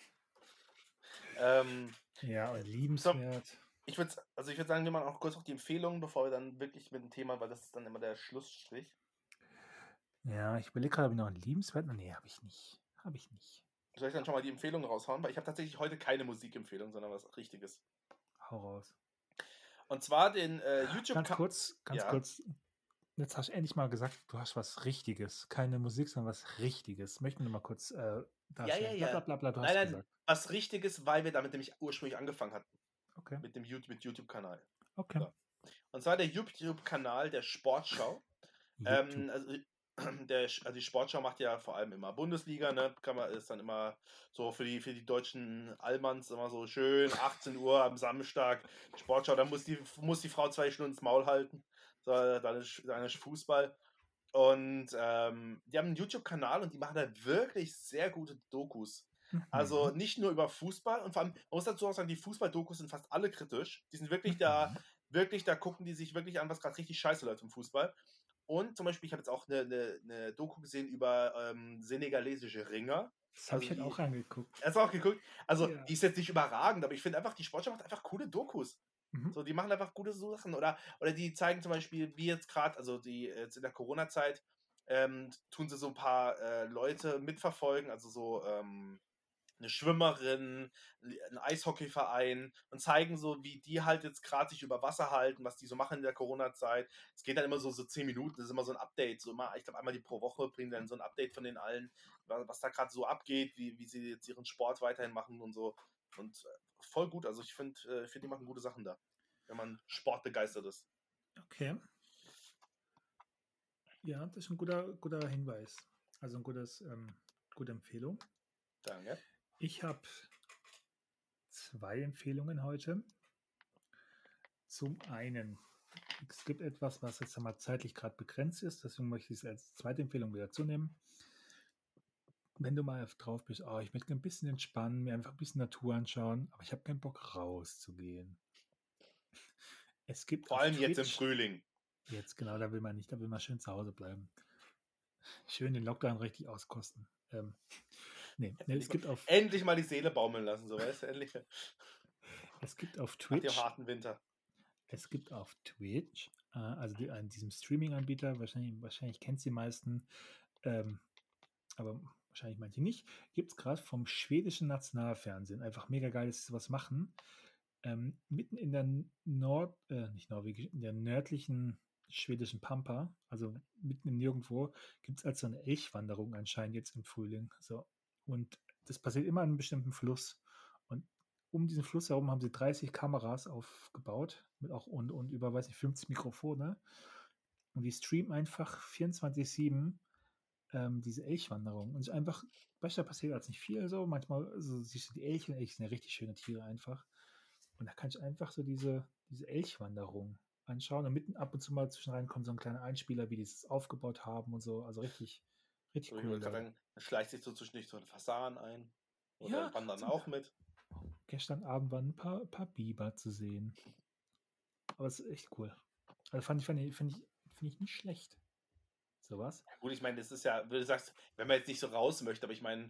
[SPEAKER 1] Ähm,
[SPEAKER 2] ja, und liebenswert.
[SPEAKER 1] So, ich würde also ich würde sagen, wir machen auch kurz noch die Empfehlungen, bevor wir dann wirklich mit dem Thema, weil das ist dann immer der Schlussstrich.
[SPEAKER 2] Ja, ich überlege gerade, ob ich noch einen liebenswert. Nee, habe ich nicht. Habe ich nicht.
[SPEAKER 1] Soll ich dann schon mal die Empfehlungen raushauen? Weil ich habe tatsächlich heute keine Musikempfehlung, sondern was Richtiges.
[SPEAKER 2] Hau raus.
[SPEAKER 1] Und zwar den äh, YouTube...
[SPEAKER 2] Ganz kurz, ganz
[SPEAKER 1] ja.
[SPEAKER 2] kurz. Jetzt hast du endlich mal gesagt, du hast was Richtiges. Keine Musik, sondern was Richtiges. Möchten wir mal kurz äh,
[SPEAKER 1] Ja, ja,
[SPEAKER 2] darstellen. Bla bla
[SPEAKER 1] ja.
[SPEAKER 2] bla bla, du
[SPEAKER 1] Nein,
[SPEAKER 2] hast
[SPEAKER 1] nein,
[SPEAKER 2] gesagt.
[SPEAKER 1] was Richtiges, weil wir damit nämlich ursprünglich angefangen hatten.
[SPEAKER 2] Okay,
[SPEAKER 1] Mit dem YouTube, mit YouTube-Kanal.
[SPEAKER 2] okay.
[SPEAKER 1] So. Und zwar der YouTube-Kanal der Sportschau.
[SPEAKER 2] YouTube.
[SPEAKER 1] Ähm, also, der, also die Sportschau macht ja vor allem immer Bundesliga, ne? Kann man, ist dann immer so für die, für die deutschen Allmanns immer so schön, achtzehn Uhr am Samstag, Sportschau, dann muss die, muss die Frau zwei Stunden ins Maul halten. So, dann ist, dann ist Fußball. Und ähm, die haben einen YouTube-Kanal und die machen da wirklich sehr gute Dokus. Also
[SPEAKER 2] Mhm.
[SPEAKER 1] nicht nur über Fußball und vor allem, man muss dazu auch sagen, die Fußball-Dokus sind fast alle kritisch. Die sind wirklich
[SPEAKER 2] Mhm.
[SPEAKER 1] da, wirklich, da gucken die sich wirklich an, was gerade richtig scheiße läuft im Fußball. Und zum Beispiel, ich habe jetzt auch eine, eine, eine Doku gesehen über ähm, senegalesische Ringer.
[SPEAKER 2] Das habe
[SPEAKER 1] Also
[SPEAKER 2] ich halt
[SPEAKER 1] die,
[SPEAKER 2] auch angeguckt.
[SPEAKER 1] hast du auch geguckt? Also
[SPEAKER 2] Ja.
[SPEAKER 1] die ist jetzt nicht überragend, aber ich finde einfach, die Sportschau macht einfach coole Dokus.
[SPEAKER 2] Mhm.
[SPEAKER 1] So, die machen einfach gute Sachen. Oder, oder die zeigen zum Beispiel, wie jetzt gerade, also die jetzt in der Corona-Zeit, ähm, tun sie so ein paar äh, Leute mitverfolgen, also so ähm, eine Schwimmerin, ein Eishockeyverein und zeigen so, wie die halt jetzt gerade sich über Wasser halten, was die so machen in der Corona-Zeit. Es geht dann immer so, so zehn Minuten, das ist immer so ein Update. So immer, ich glaube, einmal die pro Woche bringen dann so ein Update von den allen, was, was da gerade so abgeht, wie, wie sie jetzt ihren Sport weiterhin machen und so. Und äh, voll gut. Also ich finde, äh, find, die machen gute Sachen da, wenn man sportbegeistert ist.
[SPEAKER 2] Okay. Ja, das ist ein guter, guter Hinweis. Also ein gutes, ähm, gute Empfehlung.
[SPEAKER 1] Danke.
[SPEAKER 2] Ich habe zwei Empfehlungen heute. Zum einen, es gibt etwas, was jetzt einmal zeitlich gerade begrenzt ist, deswegen möchte ich es als zweite Empfehlung wieder zunehmen. Wenn du mal drauf bist, oh, ich möchte ein bisschen entspannen, mir einfach ein bisschen Natur anschauen, aber ich habe keinen Bock rauszugehen. Es gibt
[SPEAKER 1] Vor
[SPEAKER 2] auf
[SPEAKER 1] allem jetzt im
[SPEAKER 2] Twitch,
[SPEAKER 1] Frühling.
[SPEAKER 2] jetzt genau, da will man nicht, da will man schön zu Hause bleiben. Schön den Lockdown richtig auskosten. Ähm, nee, nee,
[SPEAKER 1] Endlich,
[SPEAKER 2] es
[SPEAKER 1] mal,
[SPEAKER 2] gibt auf,
[SPEAKER 1] endlich mal die Seele baumeln lassen, so weißt du, endlich.
[SPEAKER 2] es gibt auf
[SPEAKER 1] Nach dem
[SPEAKER 2] Twitch,
[SPEAKER 1] harten Winter.
[SPEAKER 2] es gibt auf Twitch, äh, also die, an diesem Streaming-Anbieter, wahrscheinlich, wahrscheinlich kennt die meisten, ähm, aber wahrscheinlich manche nicht, gibt es gerade vom schwedischen Nationalfernsehen einfach mega geil, dass sie sowas machen. Ähm, mitten in der Nord, äh, nicht Norwegisch, in der nördlichen schwedischen Pampa, also mitten im Nirgendwo, gibt es also so eine Elchwanderung anscheinend jetzt im Frühling. So. Und das passiert immer an einem bestimmten Fluss. Und um diesen Fluss herum haben sie dreißig Kameras aufgebaut mit auch und, und über, weiß ich, fünfzig Mikrofone. Und die streamen einfach vierundzwanzig sieben ähm, diese Elchwanderung. Und es ist einfach, weißt du, da passiert als nicht viel so. Manchmal also, siehst du die Elche, Elche sind ja richtig schöne Tiere einfach. Und da kann ich einfach so diese, diese Elchwanderung anschauen. Und mitten ab und zu mal zwischen rein kommt so ein kleiner Einspieler, wie die es aufgebaut haben und so. Also richtig, richtig
[SPEAKER 1] So, ich
[SPEAKER 2] cool
[SPEAKER 1] wollte gerade
[SPEAKER 2] da.
[SPEAKER 1] sagen, da schleicht sich so zwischendurch so ein Fasan ein. Oder
[SPEAKER 2] Ja,
[SPEAKER 1] wandern
[SPEAKER 2] zum,
[SPEAKER 1] auch mit.
[SPEAKER 2] gestern Abend waren ein paar, paar Biber zu sehen. Aber es ist echt cool. Also fand ich, fand ich, find ich, find ich nicht schlecht. Sowas.
[SPEAKER 1] Ja, gut, ich meine, das ist ja, wie du sagst, wenn man jetzt nicht so raus möchte, aber ich meine,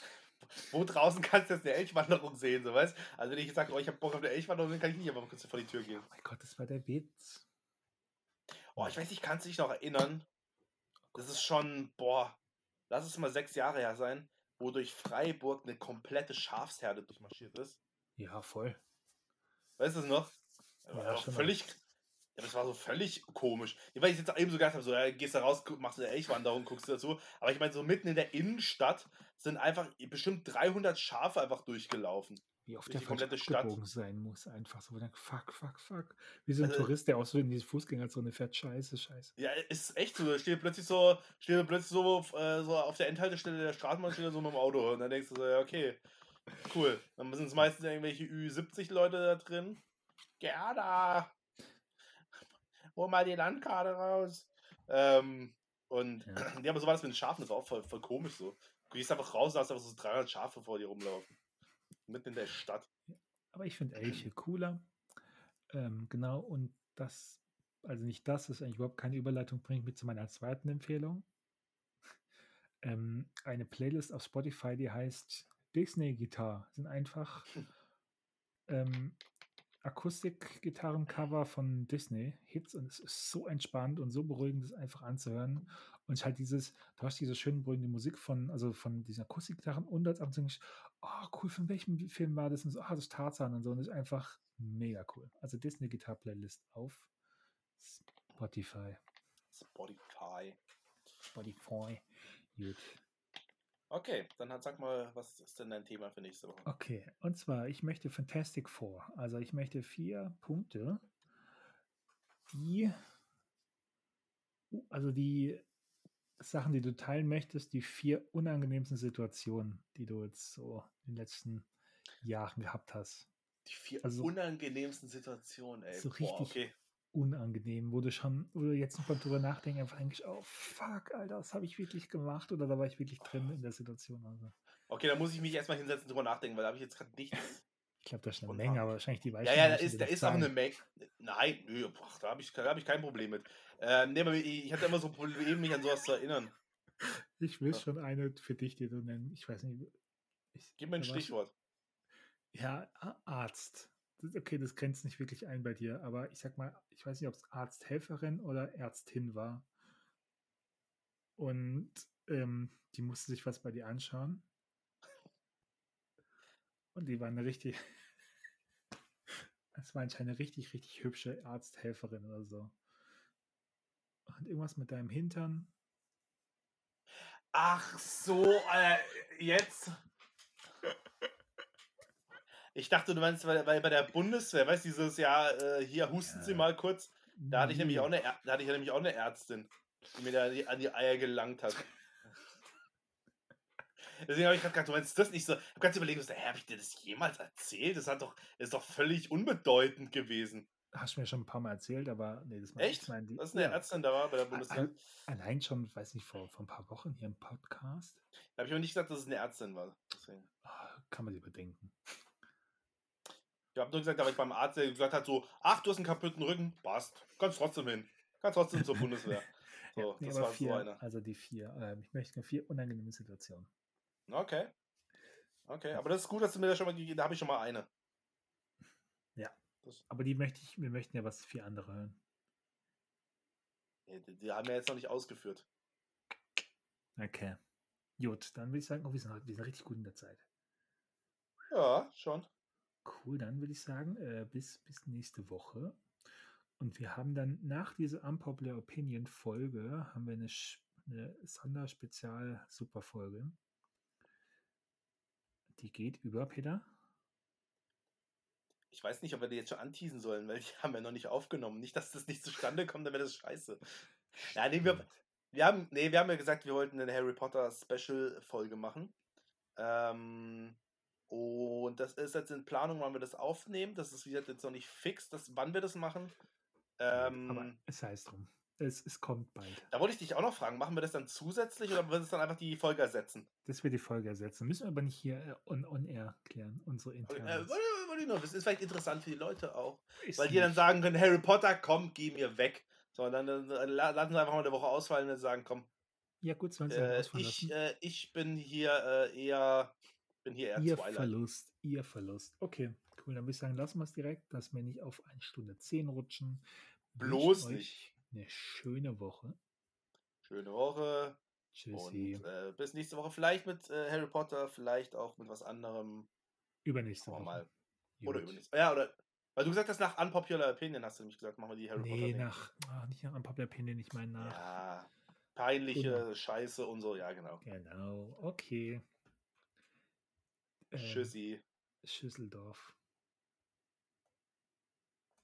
[SPEAKER 1] wo draußen kannst du jetzt eine Elchwanderung sehen, so weißt? Also wenn ich jetzt sage, oh, ich habe Bock auf eine Elchwanderung, dann kann ich nicht einfach mal kurz vor die Tür gehen.
[SPEAKER 2] Oh mein Gott, das war der Witz.
[SPEAKER 1] Oh, ich weiß nicht, kannst du dich noch erinnern? Das ist schon, boah, lass es mal sechs Jahre her sein, wo durch Freiburg eine komplette Schafsherde durchmarschiert ist.
[SPEAKER 2] Ja, voll.
[SPEAKER 1] Weißt du es noch? Das war
[SPEAKER 2] Ja,
[SPEAKER 1] doch
[SPEAKER 2] schon noch.
[SPEAKER 1] völlig, ja, das war so völlig komisch. Weil ich jetzt eben so gedacht habe, so, ja, gehst da raus, guck, machst eine Elchwanderung, guckst du dazu. Aber ich meine, so mitten in der Innenstadt sind einfach bestimmt dreihundert Schafe einfach durchgelaufen.
[SPEAKER 2] Wie oft
[SPEAKER 1] Durch
[SPEAKER 2] der
[SPEAKER 1] die
[SPEAKER 2] falsch
[SPEAKER 1] komplette Stadt.
[SPEAKER 2] abgebogen sein muss, einfach so. Dann, fuck, fuck, fuck. Wie so ein
[SPEAKER 1] Also,
[SPEAKER 2] Tourist, der auch so in die Fußgängerzone fährt. Scheiße, scheiße.
[SPEAKER 1] ja, ist echt so. Da steht plötzlich so, steht plötzlich so, äh, so auf der Endhaltestelle der Straßenbahn steht er so mit dem Auto. Und dann denkst du so, ja, okay, cool. Dann sind es meistens irgendwelche Ü siebzig Leute da drin. Gerda, hol mal die Landkarte raus. Ähm, und
[SPEAKER 2] Ja.
[SPEAKER 1] ja, aber so war das mit den Schafen, das war auch voll, voll komisch so. Du gehst einfach raus und hast einfach so dreihundert Schafe vor dir rumlaufen. Mitten in der Stadt.
[SPEAKER 2] Aber ich finde Elche cooler. Ähm, genau, und das, also nicht das, ist eigentlich überhaupt keine Überleitung, bringt mich zu meiner zweiten Empfehlung. Ähm, eine Playlist auf Spotify, die heißt Disney Guitar. Sind einfach ähm, Akustikgitarrencover von Disney, Hits, und es ist so entspannt und so beruhigend, das einfach anzuhören. Und ich halt dieses, du hast diese schön beruhigende Musik von, also von diesen Akustikgitarren und als Abend ich, oh cool, von welchem Film war das? Und so, ah, das ist Tarzan und so. Und das ist einfach mega cool. Also Disney Gitar Playlist auf Spotify.
[SPEAKER 1] Spotify.
[SPEAKER 2] Spotify. Gut.
[SPEAKER 1] Okay, dann hat, sag mal, was ist denn dein Thema für nächste Woche?
[SPEAKER 2] Okay, und zwar, ich möchte Fantastic Four. Also ich möchte vier Punkte, die, also die Sachen, die du teilen möchtest, die vier unangenehmsten Situationen, die du jetzt so in den letzten Jahren gehabt hast.
[SPEAKER 1] Die vier
[SPEAKER 2] Also
[SPEAKER 1] unangenehmsten Situationen, ey.
[SPEAKER 2] so
[SPEAKER 1] Boah,
[SPEAKER 2] richtig
[SPEAKER 1] okay.
[SPEAKER 2] unangenehm, wo du schon, wo du jetzt noch mal drüber nachdenken, einfach eigentlich, oh fuck, Alter, das habe ich wirklich gemacht oder da war ich wirklich drin in der Situation. Also.
[SPEAKER 1] Okay, da muss ich mich erstmal hinsetzen und drüber nachdenken, weil da habe ich jetzt gerade nichts.
[SPEAKER 2] Ich glaube, da ist eine
[SPEAKER 1] spontan.
[SPEAKER 2] Menge, aber wahrscheinlich die
[SPEAKER 1] Ja,
[SPEAKER 2] weißt
[SPEAKER 1] ja,
[SPEAKER 2] du
[SPEAKER 1] da
[SPEAKER 2] nicht,
[SPEAKER 1] ist, da ist auch eine Menge. Nein, nö, boah, da habe ich, da hab ich kein Problem mit. Ähm, nee, aber ich, ich hatte immer so ein Problem, mich an sowas zu erinnern.
[SPEAKER 2] Ich will
[SPEAKER 1] Ja.
[SPEAKER 2] schon eine für dich, die du nennen. Ich weiß nicht. Ich,
[SPEAKER 1] Gib mir ein
[SPEAKER 2] da warst-
[SPEAKER 1] Stichwort.
[SPEAKER 2] Ja, A- Arzt. Das, okay, das grenzt nicht wirklich ein bei dir, aber ich sag mal, ich weiß nicht, ob es Arzthelferin oder Ärztin war. Und ähm, die musste sich was bei dir anschauen. Und die war eine richtig, es war anscheinend eine richtig, richtig hübsche Arzthelferin oder so. Und irgendwas mit deinem Hintern.
[SPEAKER 1] Ach so, äh, jetzt. Ich dachte, du meinst, weil, weil bei der Bundeswehr, weißt du, dieses Jahr, äh, hier husten
[SPEAKER 2] Ja.
[SPEAKER 1] Sie mal kurz. Da hatte ich nämlich
[SPEAKER 2] Nee.
[SPEAKER 1] auch eine, Ä- da hatte ich nämlich auch eine Ärztin, die mir da die, an die Eier gelangt hat. Deswegen habe ich gerade gedacht, du meinst das nicht so. Ich habe ganz überlegt, so, hä, habe ich dir das jemals erzählt? Das hat doch, das ist doch völlig unbedeutend gewesen.
[SPEAKER 2] Hast du mir schon ein paar Mal erzählt, aber nee, das
[SPEAKER 1] Echt?
[SPEAKER 2] ich meine, die,
[SPEAKER 1] Das ist eine
[SPEAKER 2] ja,
[SPEAKER 1] Ärztin da war bei der Bundeswehr.
[SPEAKER 2] al- allein schon, weiß nicht, vor, vor ein paar Wochen hier im Podcast.
[SPEAKER 1] Da habe ich aber nicht gesagt, dass es eine Ärztin war. Deswegen.
[SPEAKER 2] Ah, kann man sie bedenken.
[SPEAKER 1] Ich habe nur gesagt, da war ich beim Arzt, der gesagt hat so, ach, du hast einen kaputten Rücken, passt. Kannst trotzdem hin. Kannst trotzdem zur Bundeswehr. So,
[SPEAKER 2] Ja, nee,
[SPEAKER 1] das
[SPEAKER 2] aber
[SPEAKER 1] war
[SPEAKER 2] vier,
[SPEAKER 1] so einer.
[SPEAKER 2] also die vier. Ähm, ich möchte nur vier unangenehme Situationen.
[SPEAKER 1] Okay. Okay, aber das ist gut, dass du mir das schon mal gegeben hast. Da habe ich schon mal eine.
[SPEAKER 2] Ja.
[SPEAKER 1] Das,
[SPEAKER 2] Aber die möchte ich, wir möchten ja was vier andere hören.
[SPEAKER 1] die, die haben wir jetzt noch nicht ausgeführt.
[SPEAKER 2] Okay. Gut, dann würde ich sagen, oh, wir sind, heute- wir sind richtig gut in der Zeit.
[SPEAKER 1] Ja, schon.
[SPEAKER 2] Cool, dann würde ich sagen, äh, bis, bis nächste Woche. Und wir haben dann nach dieser Unpopular Opinion Folge, haben wir eine, Sch- eine Sonderspezial-Superfolge. Die geht über, Peter?
[SPEAKER 1] Ich weiß nicht, ob wir die jetzt schon anteasen sollen, weil die haben wir noch nicht aufgenommen. Nicht, dass das nicht zustande kommt, dann wäre das scheiße. Ja, nee, wir, wir, haben, nee, wir haben ja gesagt, wir wollten eine Harry Potter Special-Folge machen. Ähm, und das ist jetzt in Planung, wann wir das aufnehmen. Das ist wie gesagt jetzt noch nicht fix, dass, wann wir das machen. Ähm,
[SPEAKER 2] Aber es heißt drum. Es, es kommt bald.
[SPEAKER 1] Da wollte ich dich auch noch fragen, machen wir das dann zusätzlich oder wird es dann einfach die Folge ersetzen?
[SPEAKER 2] Das wird die Folge ersetzen. Müssen wir aber nicht hier äh, on, on air klären, unsere
[SPEAKER 1] Äh,
[SPEAKER 2] internen.
[SPEAKER 1] wollte wollte ich nur wissen. Ist vielleicht interessant für die Leute auch.
[SPEAKER 2] Ist
[SPEAKER 1] Weil die dann
[SPEAKER 2] nicht.
[SPEAKER 1] sagen können, Harry Potter, komm, geh mir weg. So, dann, dann äh, la- lassen sie einfach mal eine Woche ausfallen und sagen, komm,
[SPEAKER 2] Ja gut, sollen sie halt
[SPEAKER 1] äh,
[SPEAKER 2] ausfallen
[SPEAKER 1] ich,
[SPEAKER 2] lassen.
[SPEAKER 1] äh, ich bin hier äh, eher, bin hier eher
[SPEAKER 2] Ihr
[SPEAKER 1] Twilight.
[SPEAKER 2] Verlust, ihr Verlust. Okay, cool. Dann würde ich sagen, lassen wir es direkt, dass wir nicht auf eine Stunde zehn rutschen.
[SPEAKER 1] Bloß
[SPEAKER 2] Wünschen
[SPEAKER 1] nicht.
[SPEAKER 2] euch eine schöne Woche.
[SPEAKER 1] Schöne Woche.
[SPEAKER 2] Tschüssi.
[SPEAKER 1] Und äh, bis nächste Woche. Vielleicht mit äh, Harry Potter, vielleicht auch mit was anderem.
[SPEAKER 2] Übernächste
[SPEAKER 1] Schauen wir
[SPEAKER 2] Woche.
[SPEAKER 1] mal. Oder
[SPEAKER 2] Gut.
[SPEAKER 1] übernächste. Ja, oder. Weil du gesagt hast, nach Unpopular Opinion hast du nämlich gesagt, machen wir die Harry Potter.
[SPEAKER 2] Nee,
[SPEAKER 1] Ding.
[SPEAKER 2] nach, ah, nicht nach Unpopular Opinion, ich meine nach.
[SPEAKER 1] Ja, peinliche
[SPEAKER 2] Genau.
[SPEAKER 1] Scheiße und so, ja, genau.
[SPEAKER 2] Genau, okay. Ähm,
[SPEAKER 1] Tschüssi.
[SPEAKER 2] Schüsseldorf.